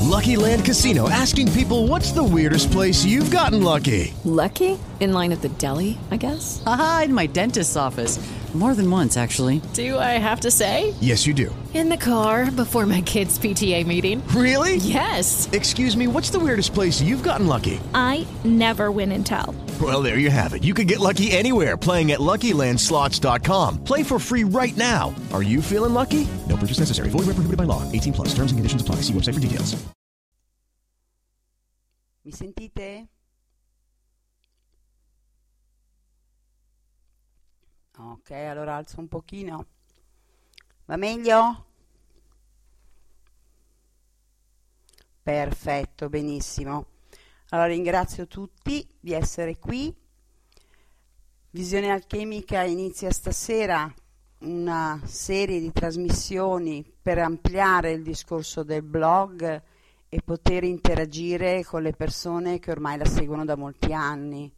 Lucky Land Casino, asking people, what's the weirdest place you've gotten lucky? Lucky? In line at the deli, I guess? Aha, in my dentist's office. More than once, actually. Do I have to say? Yes, you do. In the car before my kids' PTA meeting. Really? Yes. Excuse me, what's the weirdest place you've gotten lucky? I never win and tell. Well, there you have it. You can get lucky anywhere, playing at LuckyLandSlots.com. Play for free right now. Are you feeling lucky? No purchase necessary. Void where prohibited by law. 18 plus. Terms and conditions apply. See website for details. Mi sentite? Ok, allora alzo un pochino. Va meglio? Perfetto, benissimo. Allora ringrazio tutti di essere qui. Visione Alchemica inizia stasera una serie di trasmissioni per ampliare il discorso del blog e poter interagire con le persone che ormai la seguono da molti anni.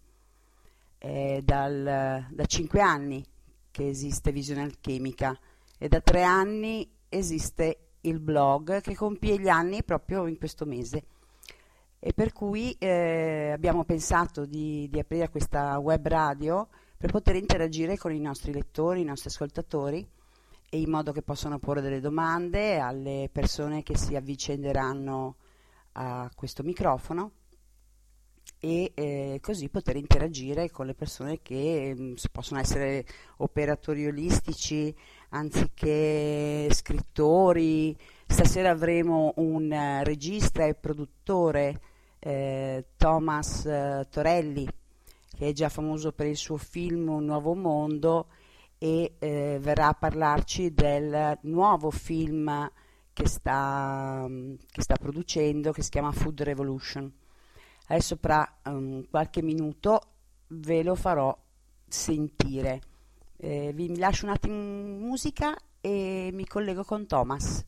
Da 5 anni che esiste Visione Alchemica e da 3 anni esiste il blog che compie gli anni proprio in questo mese, e per cui abbiamo pensato di aprire questa web radio per poter interagire con i nostri lettori, i nostri ascoltatori, e in modo che possano porre delle domande alle persone che si avvicenderanno a questo microfono, e così poter interagire con le persone che possono essere operatori olistici anziché scrittori. Stasera avremo un regista e produttore, Thomas Torelli, che è già famoso per il suo film Un nuovo mondo, e verrà a parlarci del nuovo film che sta producendo, che si chiama Food Revolution. Adesso fra qualche minuto ve lo farò sentire. Vi lascio un attimo in musica e mi collego con Thomas.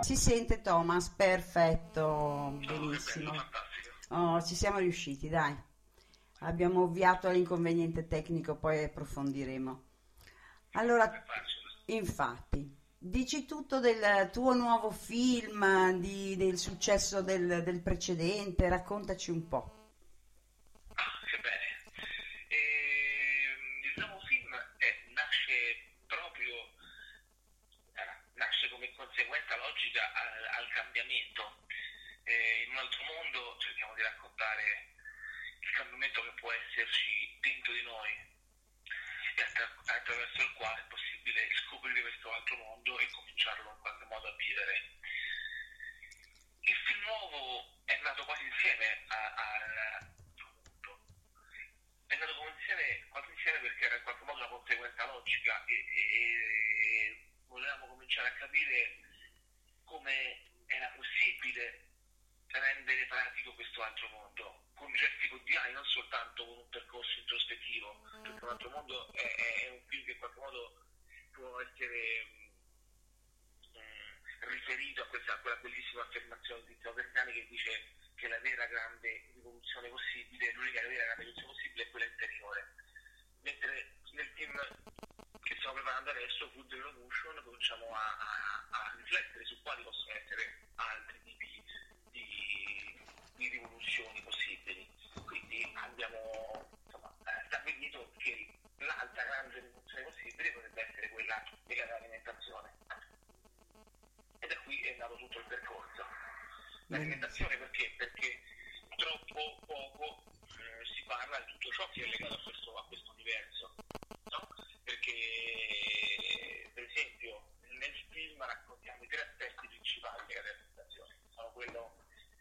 Si sente Thomas, perfetto, Che benissimo. bello, fantastico. Oh, ci siamo riusciti, dai. Abbiamo ovviato all'inconveniente tecnico, poi approfondiremo. Allora, È facile. infatti, dici tutto del tuo nuovo film, del successo del precedente, raccontaci un po'. Che bene. Il nuovo film nasce come conseguenza logica al cambiamento. In un altro mondo cerchiamo di raccontare il cambiamento che può esserci dentro di noi e attraverso il quale è possibile scoprire questo altro mondo e cominciarlo in qualche modo a vivere. Il film nuovo è nato quasi insieme è nato quasi insieme perché era in qualche modo una conseguenza logica e volevamo cominciare a capire come era possibile rendere pratico questo altro mondo con gesti quotidiani, non soltanto con un percorso introspettivo, perché un altro mondo è un film che in qualche modo può essere riferito a quella bellissima affermazione di Tiziano Cristiani che dice che la vera grande rivoluzione possibile, l'unica vera grande rivoluzione possibile è quella interiore. Mentre nel film che stiamo preparando adesso, Food Revolution, cominciamo a riflettere su quali possono essere altri tipi di rivoluzioni possibili. Quindi abbiamo stabilito che l'altra grande rivoluzione possibile potrebbe essere quella dell'alimentazione. E da qui è nato tutto il percorso. L'alimentazione perché? Perché troppo poco si parla di tutto ciò che è legato a questo universo, no? Perché per esempio nel film raccontiamo i 3 aspetti principali dell'alimentazione, sono quello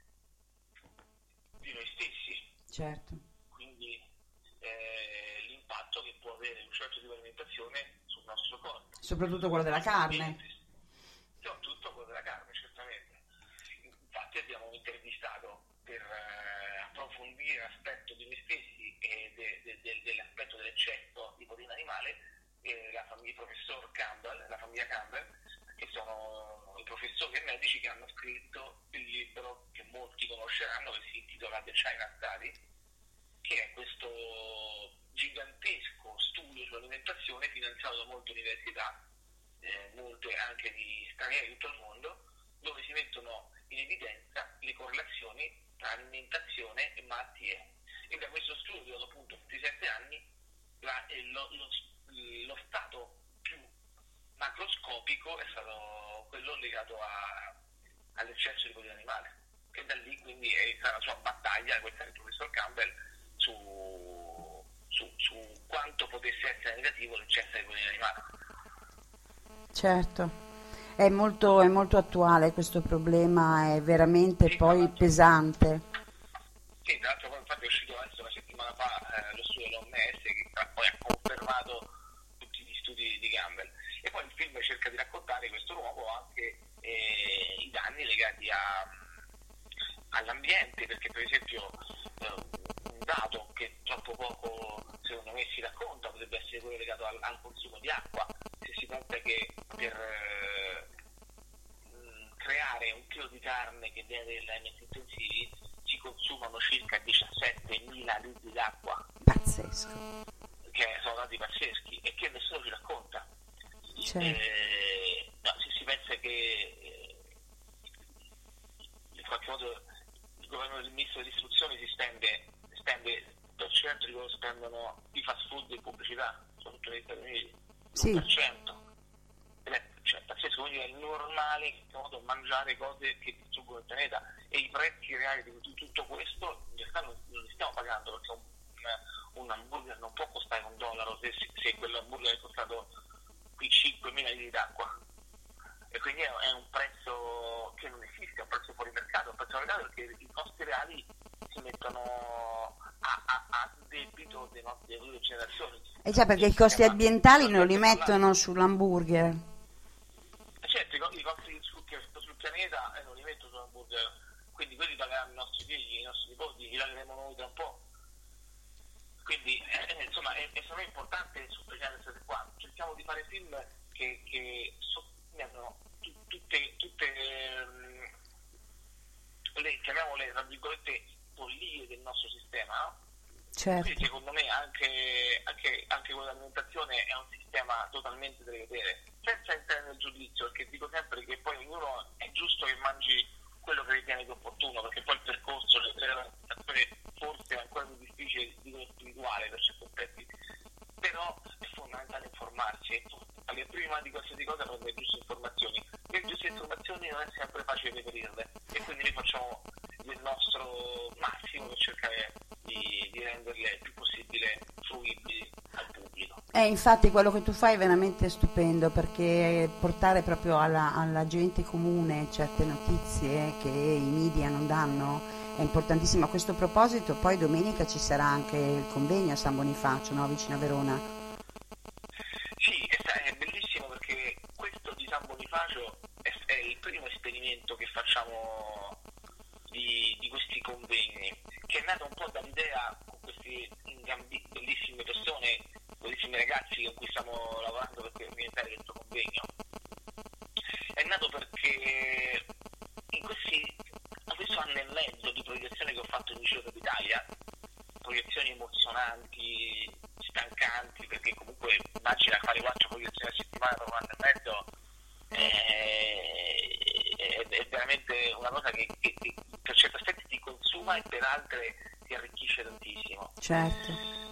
di noi stessi, Certo. quindi l'impatto che può avere un certo tipo di alimentazione sul nostro corpo. Soprattutto quello della carne. Soprattutto quello della carne, certamente. Infatti abbiamo intervistato per approfondire l'aspetto di noi stessi e dell'aspetto dell'eccesso di proteina animale il professor Campbell, la famiglia Campbell, che sono i professori e medici che hanno scritto il libro che molti conosceranno, che si intitola The China Study, che è questo gigantesco studio sull'alimentazione finanziato da molte università, molte anche di stranieri di tutto il mondo, dove si mettono in evidenza le correlazioni tra alimentazione e malattie. E da questo studio, dopo appunto 27 anni, lo stato più macroscopico è stato quello legato all'eccesso di proteina animale. E da lì quindi è stata la sua battaglia, questa del professor Campbell, su quanto potesse essere negativo l'eccesso di proteina animale. Certo, è molto attuale questo problema, è veramente Sì, poi pesante. Sì, tra l'altro poi infatti è uscito adesso una settimana fa lo studio dell'OMS che poi ha confermato tutti gli studi di Campbell. E poi il film cerca di raccontare questo nuovo anche i danni legati all'ambiente, perché per esempio un dato che troppo poco secondo me si racconta potrebbe essere quello legato al consumo di acqua. Se si pensa che per creare un chilo di carne che viene dagli alimenti intensivi si consumano circa 17.000 litri d'acqua. Pazzesco. Che sono dati pazzeschi e che nessuno ci racconta. Certo. Se si pensa che in qualche modo il governo del ministro dell'istruzione si spende l'1% di quello che spendono i fast food in pubblicità, soprattutto negli Stati Uniti, Sì. l'1%. Cioè, pazzesco, quindi è normale in qualche modo mangiare cose che distruggono il pianeta, e i prezzi reali di tutto questo in realtà non li stiamo pagando, perché un hamburger non può costare $1 se quell'hamburger è costato qui 5.000 litri d'acqua, e quindi è un prezzo che non esiste, è un prezzo fuori mercato, perché i costi reali si mettono a debito delle future generazioni. E già, perché i costi ambientali non li mettono sull'hamburger. Certo, i costi sul pianeta non li metto sull'hamburger, quindi quelli pagheranno i nostri figli, i nostri nipoti, li pagheremo noi tra un po'. Quindi insomma è secondo me importante sottolineare queste cose qua. Cerchiamo di fare film che sottolineano tutte le, chiamiamole tra virgolette, follie del nostro sistema, no? Certo. Quindi secondo me anche con l'alimentazione è un sistema totalmente da rivedere, senza entrare nel giudizio, perché dico sempre che poi ognuno è giusto che mangi quello che ritiene più opportuno, perché poi il percorso forse è ancora più difficile di quello spirituale per certi aspetti, però è fondamentale informarsi, e prima di qualsiasi cosa prendere le giuste informazioni. Le giuste informazioni non è sempre facile reperirle, e quindi noi facciamo il nostro massimo per cercare di renderle il più possibile fruibili al pubblico. Infatti quello che tu fai è veramente stupendo, perché portare proprio alla gente comune certe notizie che i media non danno è importantissimo. A questo proposito poi domenica ci sarà anche il convegno a San Bonifacio, no? Vicino a Verona. Sì, è bellissimo, perché questo di San Bonifacio è il primo esperimento che facciamo di questi convegni, che è nato un po' dall'idea con queste bellissime persone, bellissimi ragazzi con cui stiamo lavorando per organizzare questo convegno. È nato perché in questo anno e mezzo di proiezione che ho fatto in Giro d'Italia, proiezioni emozionanti, stancanti, perché comunque immagina fare 4 proiezioni a settimana per un anno e mezzo, è veramente una cosa che per certi aspetti ti consuma e per altre ti arricchisce tantissimo. Certo.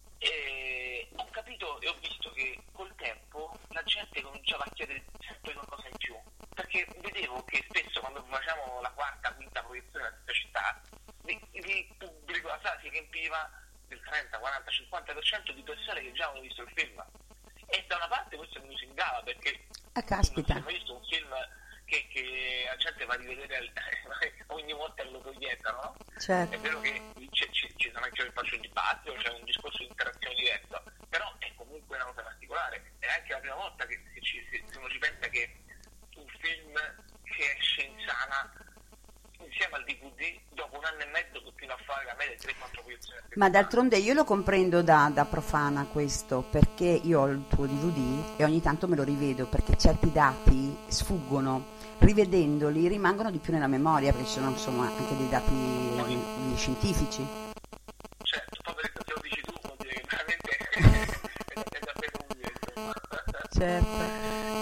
E ho capito e ho visto che col tempo la gente cominciava a chiedere sempre qualcosa in più, perché vedevo che spesso quando facciamo la quarta, quinta proiezione nella stessa città, il pubblico, la sala si riempiva del 30, 40, 50% di persone che già avevano visto il film, e da una parte questo mi lusingava, perché caspita, non ho visto un film che la gente va a rivedere ogni volta che lo proiettano, no? certo. È vero che ci sono anche faccio un dibattito, c'è un discorso di interazione diverso, però è comunque una cosa particolare. È anche la prima volta che se uno ci pensa che un film che esce in sala insieme al DVD dopo un anno e mezzo continua a fare la media di 3-4 proiezioni. Ma d'altronde io lo comprendo da profana questo, perché io ho il tuo DVD e ogni tanto me lo rivedo, perché certi dati sfuggono, rivedendoli rimangono di più nella memoria, perché ci sono insomma anche dei dati scientifici. Certo, poi per se lo dici tu vuol dire che veramente è davvero utile, insomma. Certo.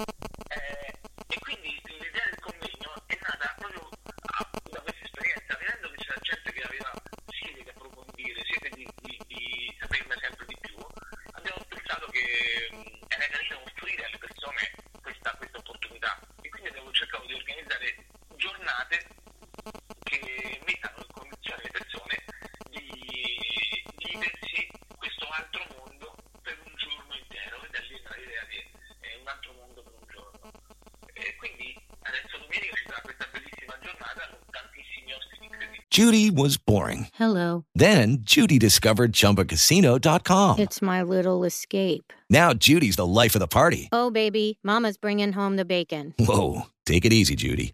E quindi l'idea del convegno è nata proprio da questa esperienza, vedendo che c'era gente che aveva sede di approfondire, sede di saperne sempre di più. Abbiamo pensato che era carino offrire alle persone questa opportunità, e quindi abbiamo cercato di organizzare giornate che mettano in condizione le persone di viversi questo altro mondo per un giorno intero, e da lì l'idea di un altro mondo per un giorno. E quindi adesso domenica ci sarà questa bellissima giornata con tantissimi ospiti incredibili. Judy was boring. Hello. Then Judy discovered ChumbaCasino.com. It's my little escape. Now Judy's the life of the party. Oh, baby, mama's bringing home the bacon. Whoa, take it easy, Judy.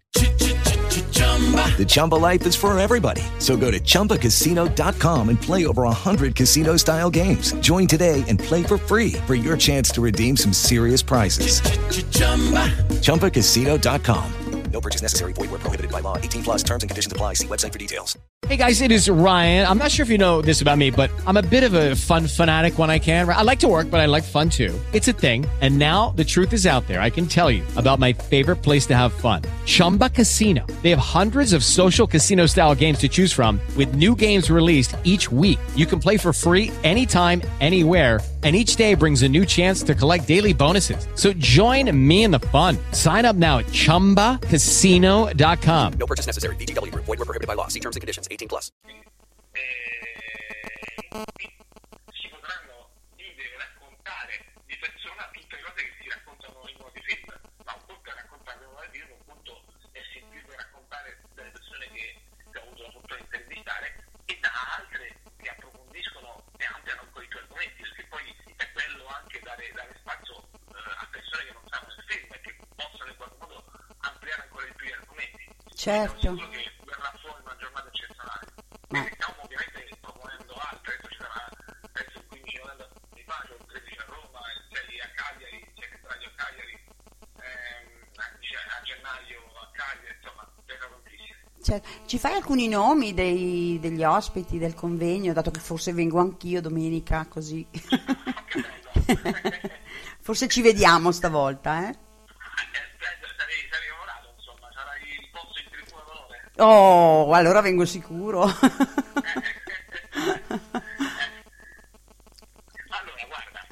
The Chumba life is for everybody. So go to ChumbaCasino.com and play over 100 casino-style games. Join today and play for free for your chance to redeem some serious prizes. ChumbaCasino.com. No purchase necessary. Void where prohibited by law. 18 plus terms and conditions apply. See website for details. Hey guys, it is Ryan. I'm not sure if you know this about me, but I'm a bit of a fun fanatic when I can. I like to work, but I like fun too. It's a thing. And now the truth is out there. I can tell you about my favorite place to have fun. Chumba Casino. They have hundreds of social casino style games to choose from with new games released each week. You can play for free anytime, anywhere. And each day brings a new chance to collect daily bonuses. So join me in the fun. Sign up now at ChumbaCasino.com. No purchase necessary. VGW Group. Void where prohibited by law. See terms and conditions. 18 plus. Si potranno vivere, raccontare di persona tutte le cose che si raccontano in nuovi film, ma un conto è raccontare in nuovi film, un conto è sentirle raccontare dalle persone che ho avuto la fortuna di intervistare, e da altre che approfondiscono e ampliano ancora i tuoi argomenti, perché poi è bello anche dare spazio a persone che non sanno del film e che possono in qualche modo ampliare ancora di più gli argomenti. Certo. Sono sicuro che verrà fuori una giornata eccezionale. Stiamo ovviamente proponendo altre, adesso ci sarà il 15 novembre di Pace, il 13 a Roma, il 6 a Cagliari, il 6 febbraio a Cagliari, a Ci fai alcuni nomi degli ospiti del convegno, dato che forse vengo anch'io domenica, così. Forse ci vediamo stavolta, Sarei onorato, insomma, sarai il posto in tribuna d'onore. Oh, allora vengo sicuro. Allora, guarda,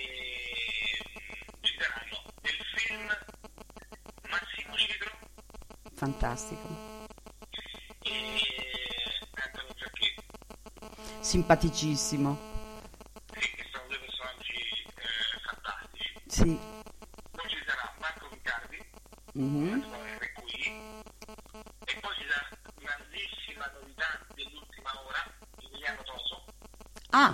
ci saranno del film Massimo Citro. Fantastico. E Antonio Giacchetti. Simpaticissimo. Sì, che sono due personaggi fantastici. Sì. Poi ci sarà Marco Riccardi, Mhm. che è qui, e poi ci sarà grandissima novità dell'ultima ora, Emiliano Toso, Ah,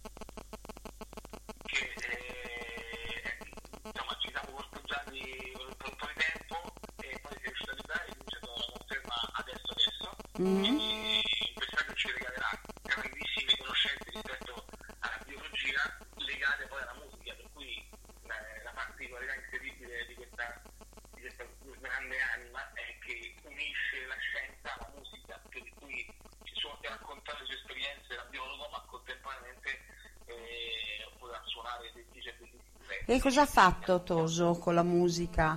che insomma ci siamo corteggiati per un po' di tempo e poi si è riuscito a liberare, quindi c'è stata la conferma adesso. mhm. Quindi quest'anno ci regalerà grandissime conoscenze rispetto alla biologia legate poi alla musica, per cui la particolarità incredibile di questa grande anima è che unisce la scienza alla musica, per cui ci sono anche raccontare le sue esperienze da biologo, ma contemporaneamente potrà suonare dei DJ bellissimi. E cosa ha fatto Toso con la musica?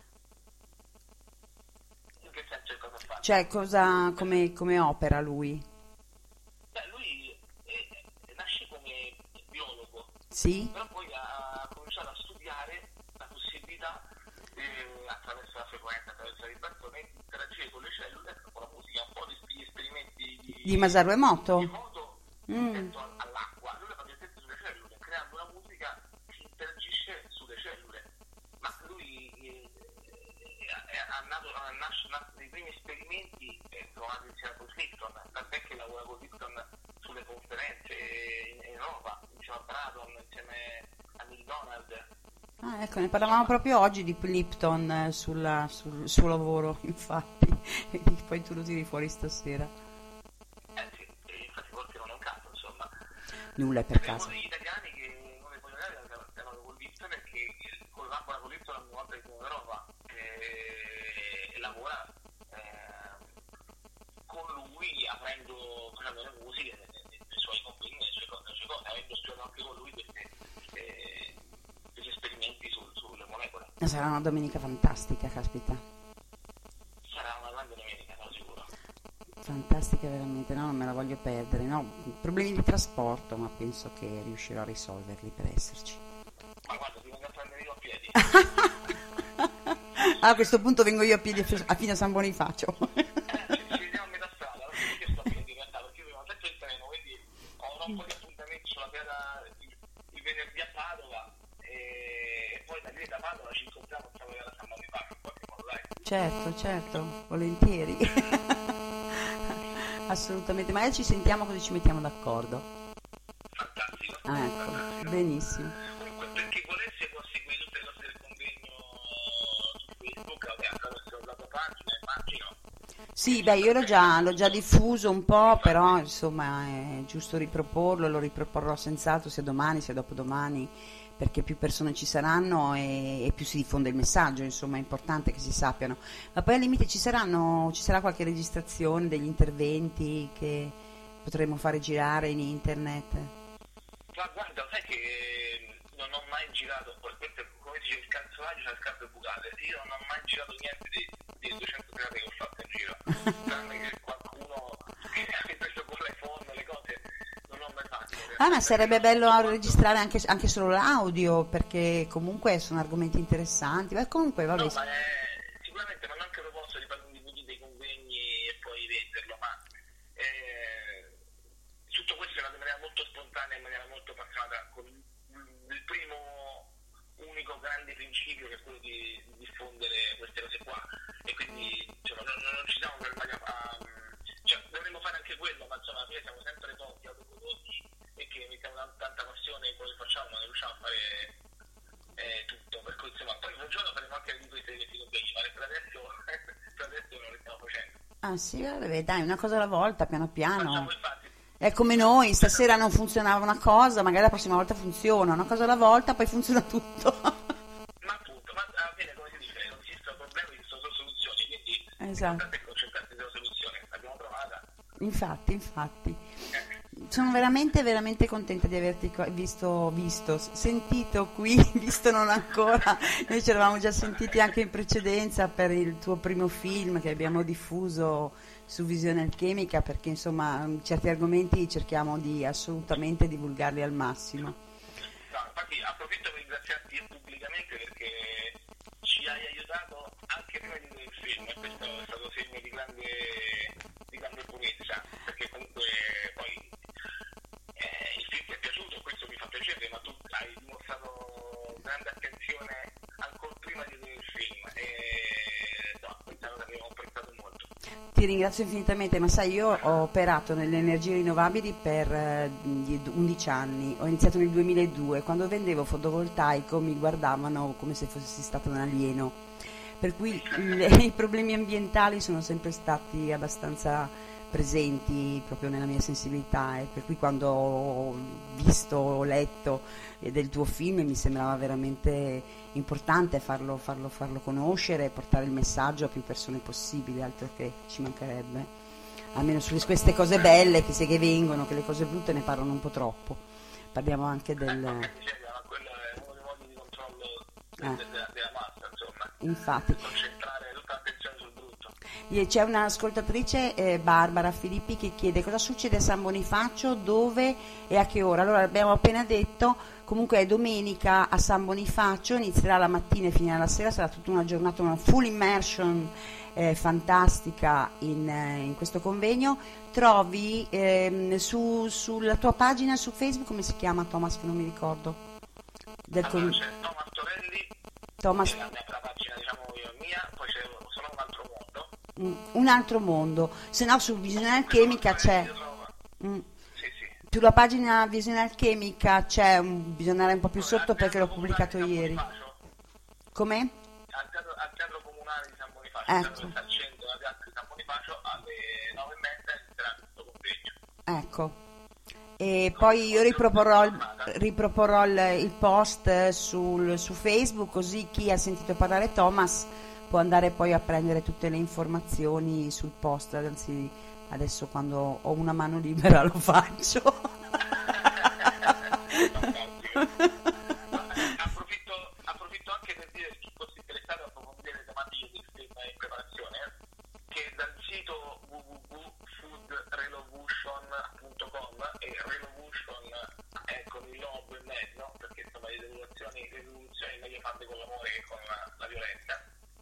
In che senso e cosa ha fatto? Cioè, come opera lui? Beh, lui nasce come biologo, Sì? però poi ha cominciato a studiare la possibilità attraverso la frequenza, attraverso la vibrazione, di interagire con le cellule e con la musica, un po' gli esperimenti Di Masaru Emoto? di moto rispetto all'acqua. Lui fa gli effetti sulle cellule, creando una musica che interagisce sulle cellule, ma lui nasce nei primi esperimenti trovati insieme con Lipton, tant'è che lavora con Lipton sulle conferenze in Europa, insieme a Braton, insieme a Neil Donald. Ah, ecco, ne parlavamo proprio oggi di Lipton sul suo lavoro, infatti, e poi tu lo tiri fuori stasera. Sì, e infatti forse non è un caso, insomma. Nulla è per Siamo caso. degli italiani che uno dei pochi italiani che hanno con Lipton e che collabora con Lipton ogni volta che siamo in Europa e lavora con lui facendo le musiche nei suoi convegni, nelle sue cose, avendo studiato anche con lui questi esperimenti sulle molecole. Sarà una domenica fantastica, caspita. Sarà una grande domenica, sono sicuro. Fantastica veramente, no, non me la voglio perdere, no, problemi di trasporto, ma penso che riuscirò a risolverli per esserci. Ma guarda, ti vengo a prendere io a piedi. A questo punto vengo io a piedi a fine San Bonifacio. Ci vediamo a metà strada, non so perché sto a piedi in realtà, perché io avevo letto il treno, quindi ho un po' di appuntamenti sulla piazza il venerdì a Padova e poi da lì da Padova ci incontriamo a San Bonifacio, in qualche modo, dai. Certo, volentieri. Assolutamente, magari ci sentiamo così ci mettiamo d'accordo. Fantastico. Ah, ecco, benissimo. Comunque, per chi volesse può seguire tutte le cose del convegno su Facebook, attraverso la tua pagina, immagino. Sì, beh, io l'ho già diffuso un po', però insomma è giusto riproporlo, lo riproporrò senz'altro sia domani sia dopodomani, perché più persone ci saranno e più si diffonde il messaggio, insomma è importante che si sappiano. Ma poi al limite ci sarà qualche registrazione degli interventi che potremo fare girare in internet? Ma guarda, sai che non ho mai girato, questo, come dice il calzolaggio c'ha le scarpe bucate, io non ho mai girato niente dei 200 serate che ho fatto in giro, tranne che qualcuno che ha preso con l'iPhone le cose, non ho mai fatto. Ah, ma sarebbe bello registrare anche solo l'audio, perché comunque sono argomenti interessanti. Beh, comunque vabbè. No, ma sicuramente mi hanno anche proposto di fare un DVD dei convegni e poi venderlo, ma tutto questo è nato in maniera molto spontanea, in maniera molto appassionata, con il primo unico grande principio che è quello di diffondere queste cose qua, e quindi insomma, non ci siamo fermati cioè dovremmo fare anche quello, ma insomma alla fine siamo sempre pochi autoprodotti e che mettiamo tanta passione in quello che facciamo, ma non riusciamo a fare tutto, per cui insomma poi un giorno faremo anche di questi convegni, ma per adesso non le stiamo facendo. Ah sì, vabbè, dai, una cosa alla volta, piano piano. Facciamo infatti. È come noi, stasera non funzionava una cosa, magari la prossima volta funziona, una cosa alla volta, poi funziona tutto. Ma appunto, ma alla fine come si dice, non esistono problemi, esistono solo soluzioni, quindi Esatto. l'importante è concentrarsi sulle soluzioni. Infatti. Sono veramente, veramente contenta di averti visto, sentito qui, visto non ancora. Noi ci eravamo già sentiti anche in precedenza per il tuo primo film che abbiamo diffuso su Visione Alchemica, perché insomma certi argomenti cerchiamo di assolutamente divulgarli al massimo. No, infatti approfitto per ringraziarti pubblicamente perché ci hai aiutato anche prima di vedere il film, e questo è stato segno di grande purezza, perché comunque poi il film ti è piaciuto, questo mi fa piacere, ma tu hai dimostrato grande attenzione ancora prima di vedere il film, e no, questa cosa che ho apprezzato molto. Ti ringrazio infinitamente, ma sai, io ho operato nelle energie rinnovabili per 11 anni, ho iniziato nel 2002, quando vendevo fotovoltaico mi guardavano come se fossi stato un alieno, per cui i problemi ambientali sono sempre stati abbastanza presenti proprio nella mia sensibilità, e per cui quando ho letto del tuo film mi sembrava veramente importante farlo conoscere e portare il messaggio a più persone possibile, altro che ci mancherebbe, almeno su queste cose belle che vengono, che le cose brutte ne parlano un po' troppo. Parliamo anche del... quello è uno dei modi di controllo della massa, insomma. Infatti. Concentrare tutta l'attenzione sul brutto. C'è un'ascoltatrice, Barbara Filippi, che chiede cosa succede a San Bonifacio, dove e a che ora. Allora, abbiamo appena detto, comunque è domenica a San Bonifacio, inizierà la mattina e finirà la sera, sarà tutta una giornata, una full immersion fantastica in questo convegno. Trovi sulla tua pagina su Facebook, come si chiama, Thomas, che non mi ricordo? C'è Thomas Torelli, Thomas... la pagina mia, poi c'è Sono un altro mondo. Un altro mondo, se no su Visione Alchemica c'è... Sì. Sulla pagina Visione Alchemica c'è bisogna andare un po' più sotto perché l'ho pubblicato ieri. Com'è? Al teatro comunale di San Bonifacio, ecco. Al centro della piazza di San Bonifacio alle 9:30 inizierà questo convegno. Ecco. E poi io riproporrò il post su Facebook, così chi ha sentito parlare Thomas può andare poi a prendere tutte le informazioni sul post, anzi adesso quando ho una mano libera lo faccio. Approfitto anche per dire, chi fosse interessato a approfondire le tematiche del film in preparazione, che dal sito www.foodrevolution.com, e Revolution è con il logo in mezzo, perché insomma le rivoluzioni meglio fatte con l'amore che con la violenza.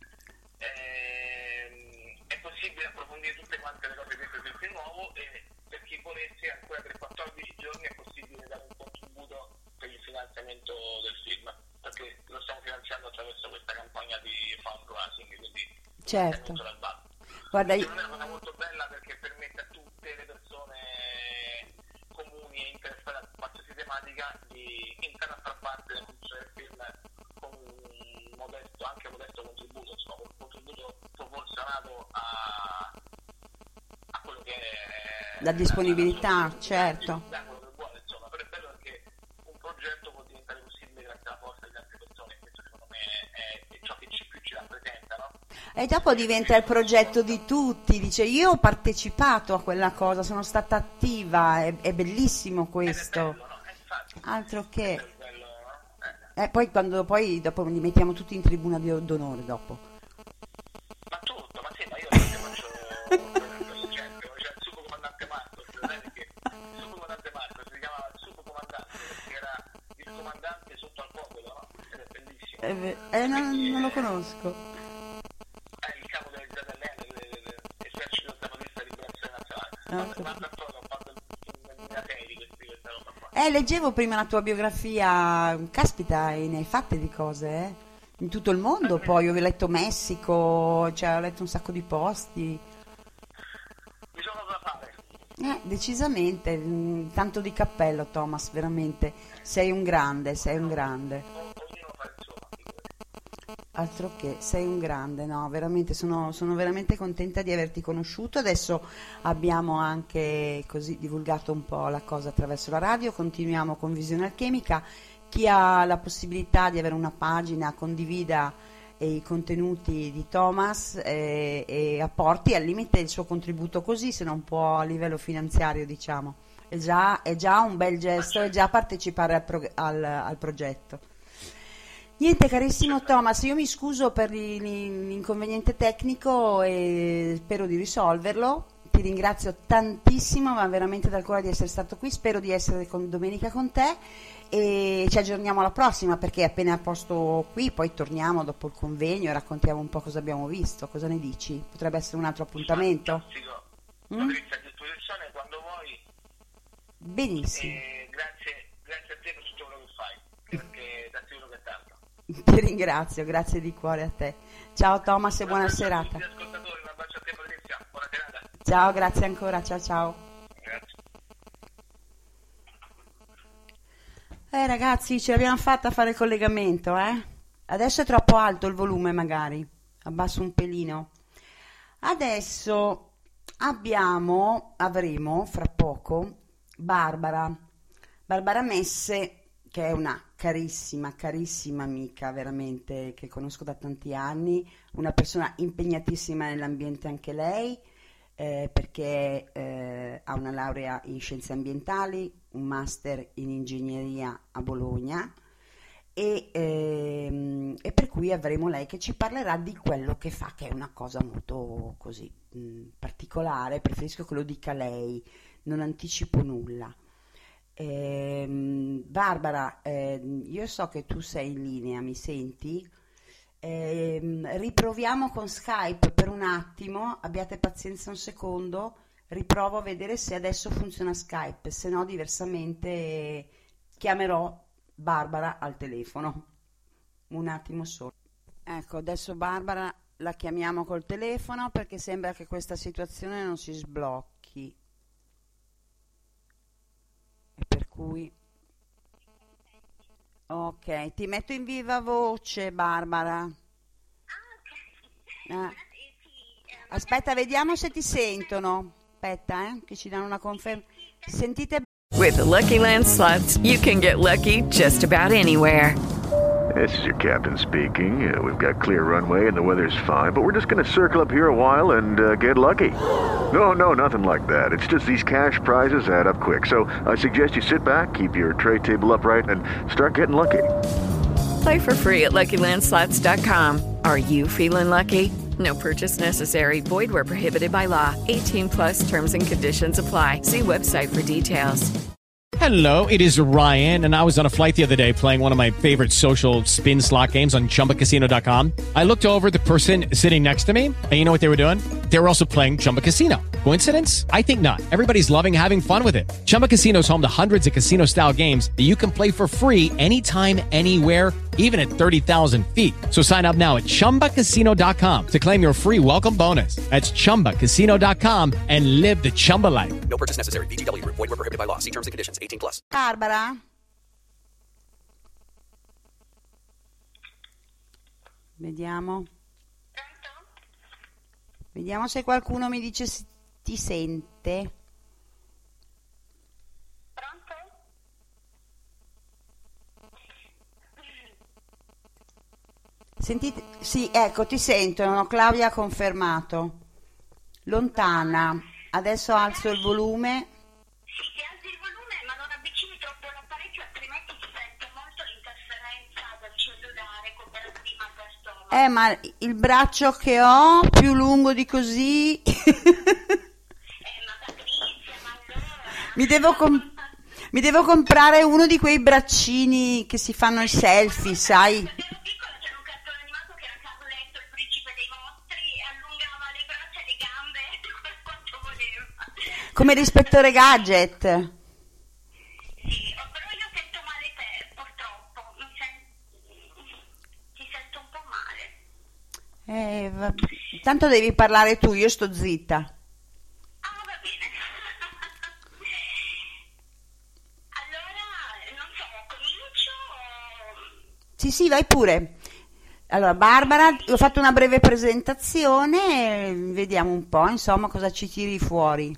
È possibile approfondire tutte quante le cose dette del film nuovo, e per chi volesse ancora per 14 giorni è possibile dare un contributo per il finanziamento del film, perché lo stiamo finanziando attraverso questa campagna di fundraising, quindi certo. è dal basso. Guarda, è una cosa molto bella perché permette a tutte le persone comuni e interessate a qualsiasi tematica di iniziare a far parte della produzione del film con un modesto contributo, insomma, un contributo proporzionato a quello che è la disponibilità, certo. Quello che vuole, insomma, però è bello perché un progetto può diventare possibile grazie alla forza di altre persone, questo secondo me è ciò che più ci rappresenta, no? E dopo diventa il progetto di tutti, dice io ho partecipato a quella cosa, sono stata attiva, è bellissimo questo. È bello, no? Infatti, altro che... è bello, no? Poi dopo li mettiamo tutti in tribuna d'onore dopo. Ma tutto, ma sì, ma io faccio l'esempio, c'è il subcomandante Marco, perché il subcomandante Marco si chiamava il subcomandante perché era il comandante sotto al popolo, no? Ed è bellissimo. Non lo conosco. È il capo delle ZLN, l'esercito zapatista di liberazione nazionale. Ho fatto il 2006 di questa roba qua. Leggevo prima la tua biografia, caspita, ne hai fatte di cose, in tutto il mondo, poi ho letto Messico, cioè ho letto un sacco di posti. Mi sono da fare. Decisamente, tanto di cappello, Thomas, veramente, sei un grande. Ognuno fa il suo, Altro che, sei un grande, no, veramente, sono veramente contenta di averti conosciuto. Adesso abbiamo anche così divulgato un po' la cosa attraverso la radio, continuiamo con Visione Alchemica. Chi ha la possibilità di avere una pagina condivida e i contenuti di Thomas e apporti al limite il suo contributo così, se non può a livello finanziario, diciamo. È già un bel gesto, è già partecipare al progetto. Niente, carissimo Thomas, io mi scuso per l'inconveniente tecnico e spero di risolverlo. Ti ringrazio tantissimo, ma veramente dal cuore di essere stato qui. Spero di essere domenica con te e ci aggiorniamo alla prossima, perché appena a posto qui poi torniamo dopo il convegno e raccontiamo un po' cosa abbiamo visto. Cosa ne dici? Potrebbe essere un altro appuntamento? Patrizia, a disposizione quando vuoi. Benissimo. Grazie a te per tutto quello che fai, perché da sicuro che è tanto. Ti ringrazio, grazie di cuore a te. Ciao Thomas e buona serata. Un abbraccio a te Patrizia, buona serata. Ciao, grazie ancora, ciao. Grazie. Ragazzi, ce l'abbiamo fatta a fare il collegamento, Adesso è troppo alto il volume, magari. Abbasso un pelino. Adesso avremo fra poco Barbara Messe, che è una carissima amica, veramente, che conosco da tanti anni, una persona impegnatissima nell'ambiente anche lei, perché ha una laurea in scienze ambientali, un master in ingegneria a Bologna e per cui avremo lei che ci parlerà di quello che fa, che è una cosa molto così particolare. Preferisco che lo dica lei, non anticipo nulla. Barbara, io so che tu sei in linea, mi senti? Riproviamo con Skype per un attimo, abbiate pazienza un secondo, riprovo a vedere se adesso funziona Skype, se no diversamente chiamerò Barbara al telefono. Un attimo solo. Ecco, adesso Barbara la chiamiamo col telefono perché sembra che questa situazione non si sblocchi. E per cui ok, ti metto in viva voce, Barbara. Aspetta, vediamo se ti sentono. Aspetta, che ci danno una conferma. Sentite? With the Lucky Land Slots, you can get lucky just about anywhere. This is your captain speaking. We've got clear runway and the weather's fine, but we're just going to circle up here a while and get lucky. No, nothing like that. It's just these cash prizes add up quick. So I suggest you sit back, keep your tray table upright, and start getting lucky. Play for free at LuckyLandSlots.com. Are you feeling lucky? No purchase necessary. Void where prohibited by law. 18 plus terms and conditions apply. See website for details. Hello, it is Ryan, and I was on a flight the other day playing one of my favorite social spin slot games on ChumbaCasino.com. I looked over at the person sitting next to me, and you know what they were doing? They were also playing Chumba Casino. Coincidence? I think not. Everybody's loving having fun with it. Chumba Casino is home to hundreds of casino-style games that you can play for free anytime, anywhere, even at 30,000 feet. So sign up now at ChumbaCasino.com to claim your free welcome bonus. That's ChumbaCasino.com and live the Chumba life. No purchase necessary. VGW. Void where prohibited by law. See terms and conditions. 18 plus. Barbara? Vediamo. Vediamo se qualcuno mi dice se ti sente. Pronto? Sentite? Sì, ecco, ti sentono. Claudia ha confermato. Lontana. Adesso alzo il volume. Sì, ti alzi il volume, ma non avvicini troppo l'apparecchio, altrimenti ti sento molto l'interferenza del cellulare come era prima questo. Ma il braccio che ho più lungo di così. Ma Patrizia, ma allora. Mi devo comprare uno di quei braccini che si fanno i selfie, sai? Quando ero piccola c'era un cartone animato che era Carletto, il principe dei mostri, e allungava le braccia e le gambe quanto voleva. Come l'ispettore Gadget. Sì, però io sento male te, purtroppo. Ti sento un po' male. Tanto devi parlare tu, io sto zitta. Ah, va bene. Allora, non so, comincio o... Sì, vai pure. Allora, Barbara, ho fatto una breve presentazione, vediamo un po', insomma, cosa ci tiri fuori.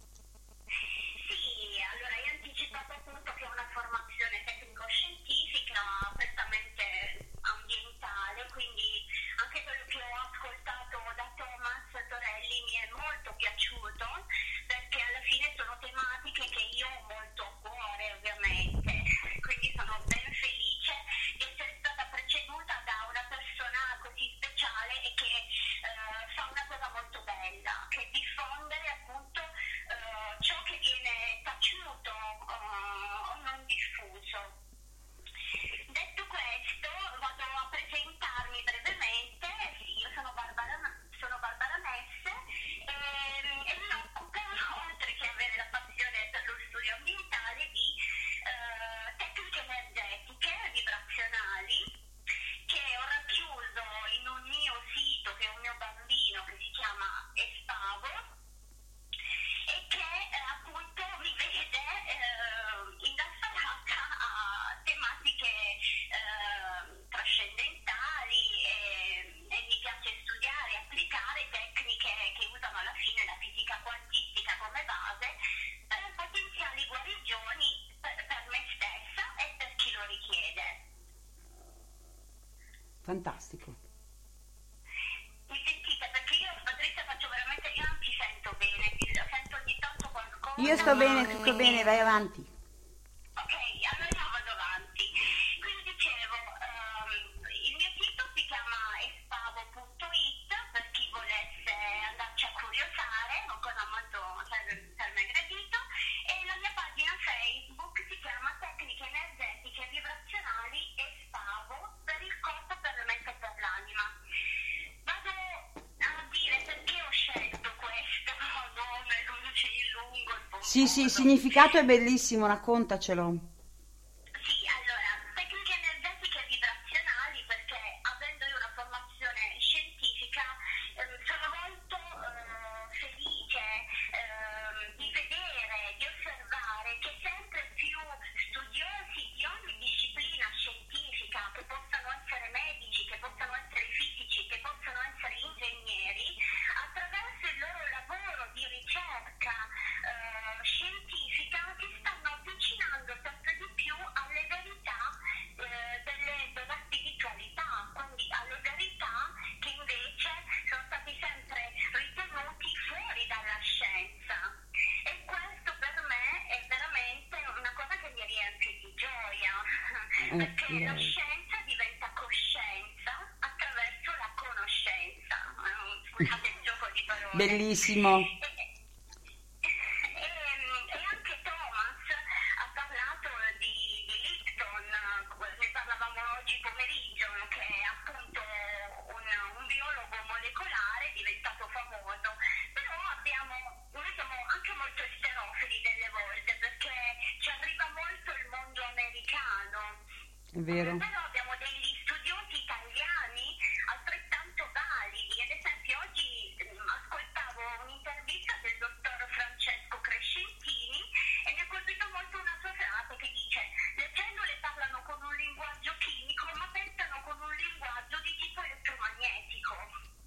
Sì, allora io ho anticipato appunto che ho una formazione tecnico-scientifica prettamente ambientale, quindi Io sto bene, tutto bene, vai avanti. Ok, allora io vado avanti. Quindi dicevo, il mio sito si chiama espavo.it per chi volesse andarci a curiosare, una cosa molto per me gradito, e la mia pagina Facebook si chiama Tecniche Energetiche Vibrazionali Espavo per il corpo, per la mente e per l'anima. Vado a dire perché ho scelto questo nome così lungo e pomposo. Sì, il significato è bellissimo, raccontacelo. Sì, allora, tecniche energetiche vibrazionali, perché avendo io una formazione scientifica sono molto felice di vedere, di osservare che sempre più studiosi di ogni disciplina scientifica, che possano essere medici, che possano essere fisici, che possano essere ingegneri, attraverso il loro lavoro di ricerca scientifica si stanno avvicinando sempre di più alle verità della spiritualità, quindi alle verità che invece sono stati sempre ritenuti fuori dalla scienza. E questo per me è veramente una cosa che mi riempie di gioia, perché la scienza diventa coscienza attraverso la conoscenza. Scusate il gioco di parole. Bellissimo. E anche Thomas ha parlato di Lipton, ne parlavamo oggi pomeriggio, che è appunto un biologo molecolare diventato famoso, però noi siamo anche molto esterofili delle volte, perché ci arriva molto il mondo americano. È vero. Però abbiamo degli studiosi italiani altrettanto validi. Ad esempio oggi ascoltavo un'intervista del dottor Francesco Crescentini e mi ha colpito molto una sua frase che dice: le cellule parlano con un linguaggio chimico ma pensano con un linguaggio di tipo elettromagnetico.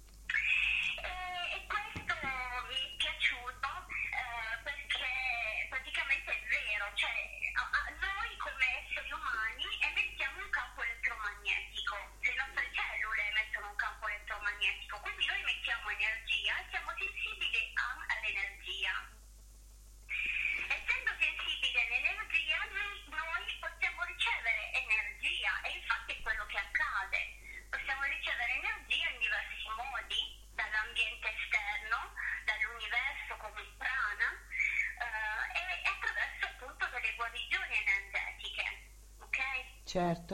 E questo mi è piaciuto perché praticamente è vero, cioè noi come esseri umani emettiamo un campo elettromagnetico, le nostre cellule emettono un campo elettromagnetico, quindi noi emettiamo energia e siamo sensibili all'energia. Essendo sensibili all'energia, noi possiamo ricevere energia, e infatti è quello che accade. Possiamo ricevere energia in diversi modi, dall'ambiente esterno, dall'universo come il prana, e attraverso appunto delle guarigioni energetiche, ok? Certo.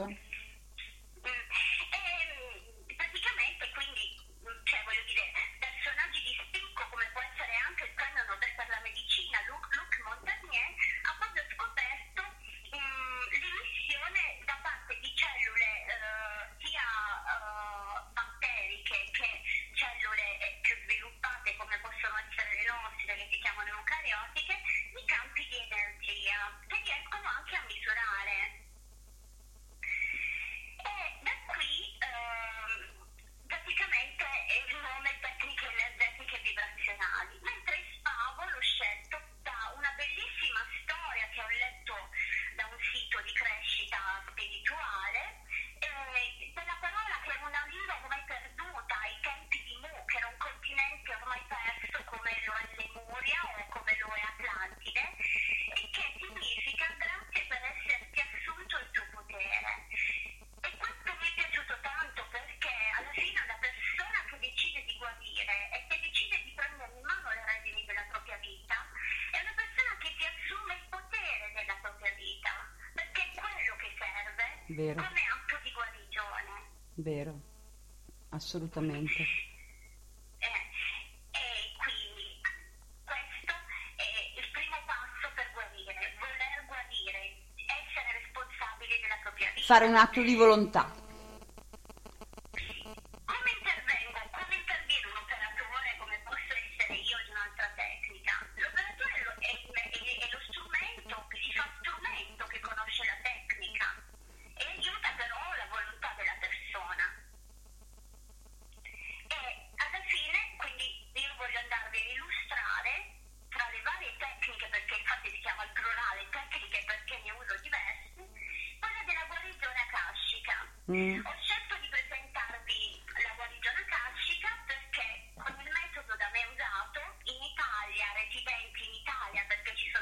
E praticamente quindi, cioè voglio dire, personaggi di spicco come può essere anche il premio Nobel per la medicina Luc Montagnier ha proprio scoperto l'emissione da parte di cellule sia batteriche che cellule più sviluppate come possono essere le nostre, che si chiamano eucariotiche, di campi di energia che riescono anche a misurare. E da qui praticamente è il nome tecniche energetiche vibrazionali, mentre Espavo l'ho scelto da una bellissima storia che ho letto da un sito di crescita spirituale, della parola che è una lingua ormai perduta ai tempi di Mu, che era un continente ormai perso come lo è Lemuria o come lo è Atlantide, e che significa grazie per esserti assunto il tuo potere. E questo mi è piaciuto tanto perché alla fine la persona che decide di guarire e che decide di prendere in mano le redini della propria vita è una persona che si assume il potere della propria vita, perché è quello che serve. Vero. Come atto di guarigione. Vero, assolutamente. E quindi questo è il primo passo per guarire, voler guarire, essere responsabili della propria vita. Fare un atto di volontà. Come interviene un operatore, come posso essere io di un'altra tecnica? L'operatore è lo strumento, si fa strumento che conosce la tecnica e aiuta però la volontà della persona. E alla fine, quindi io voglio andarvi a illustrare tra le varie tecniche, perché infatti si chiama il plurale tecniche perché ne uso diverse, quella della guarigione akashica. Ho scelto di presentarvi la guarigione akashica perché con il metodo da me usato in Italia, residenti in Italia, perché ci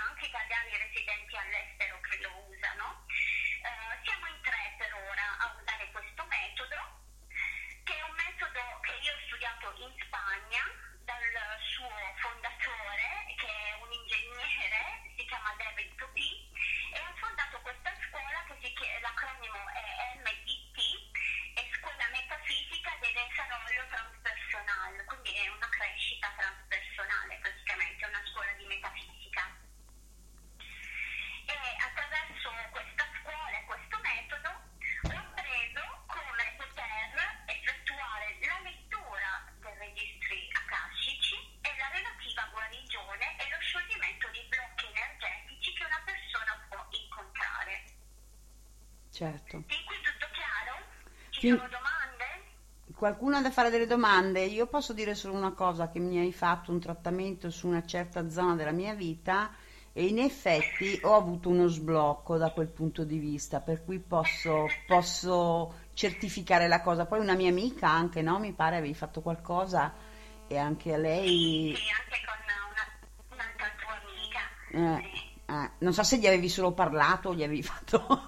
Certo. Fin qui tutto chiaro? Ci sono domande? Qualcuno ha da fare delle domande? Io posso dire solo una cosa, che mi hai fatto un trattamento su una certa zona della mia vita e in effetti ho avuto uno sblocco da quel punto di vista, per cui posso certificare la cosa. Poi una mia amica anche, no? Mi pare avevi fatto qualcosa e anche a lei... Sì, anche con un'altra tua amica. Non so se gli avevi solo parlato o gli avevi fatto... No,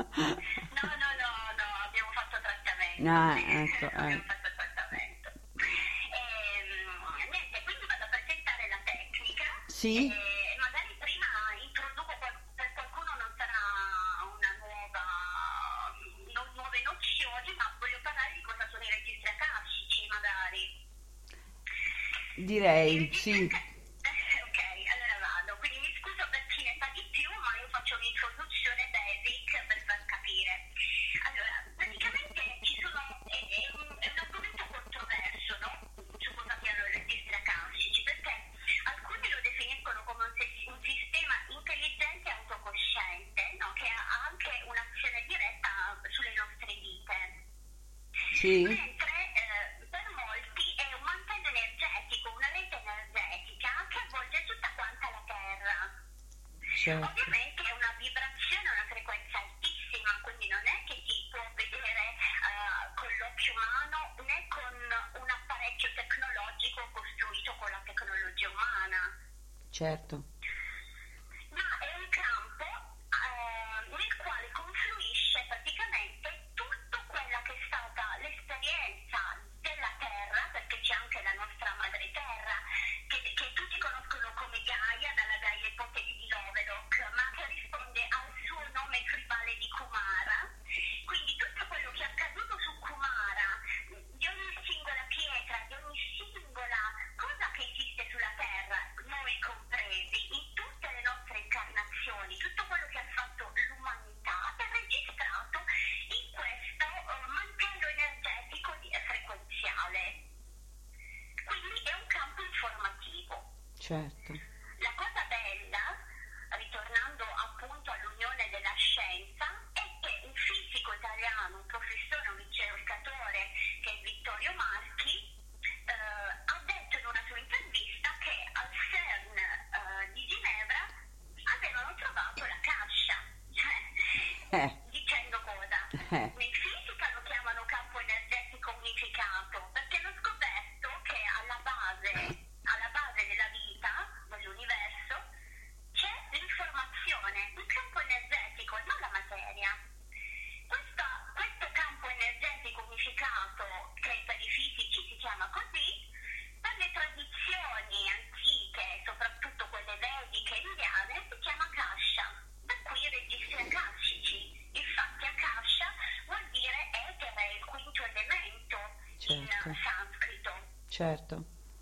abbiamo fatto trattamento. Abbiamo fatto trattamento. Niente, quindi vado a presentare la tecnica. Sì. Magari prima introduco, per qualcuno non sarà nuove nozioni, ma voglio parlare di cosa sono i registri akashici, magari. Direi, sì. Ok, allora vado. Quindi mi scuso per chi ne sa di più, ma io faccio un'introduzione basic per far capire. Allora, praticamente è un argomento controverso, no? Su cosa siano i registri akashici, perché alcuni lo definiscono come un sistema intelligente e autocosciente, no? Che ha anche un'azione diretta sulle nostre vite. Sì. Mentre per molti è un mantello energetico, una rete energetica che avvolge tutta quanta la Terra. Certo. Ovviamente è una vibrazione, una frequenza altissima, quindi non è che si può vedere con l'occhio umano né con un apparecchio tecnologico costruito con la tecnologia umana. Certo. Ma è un campo nel quale confluisce praticamente tutto quella che è stata l'esperienza della Terra, perché c'è anche la nostra madre Terra, che tutti conoscono come Gaia, dalla Gaia ipotesi di Lovelock, ma che risponde al suo nome tribale di Kumara. Quindi tutto quello che è accaduto su Kumara, di ogni singola pietra, di ogni singola cosa che esiste sulla Terra, noi compresi, in tutte le nostre incarnazioni, tutto quello che ha fatto l'umanità è registrato in questo mantello energetico frequenziale. Quindi è un campo informativo. Certo. La cosa bella, ritornando appunto all'unione della scienza, è che un fisico italiano, un professore, un ricercatore, che è Vittorio Marchi, ha detto in una sua intervista che al CERN di Ginevra avevano trovato la cascia. Dicendo cosa? In fisica lo chiamano campo energetico unificato, perché hanno scoperto che alla base della vita, dell'universo, c'è l'informazione, un campo energetico e non la materia. Questo campo energetico unificato, che per i fisici si chiama così, per le tradizioni antiche, soprattutto quelle vediche e indiane, si chiama Akasha, da cui i registri akashici. Infatti Akasha vuol dire etere, il quinto elemento in sanscrito. Certo.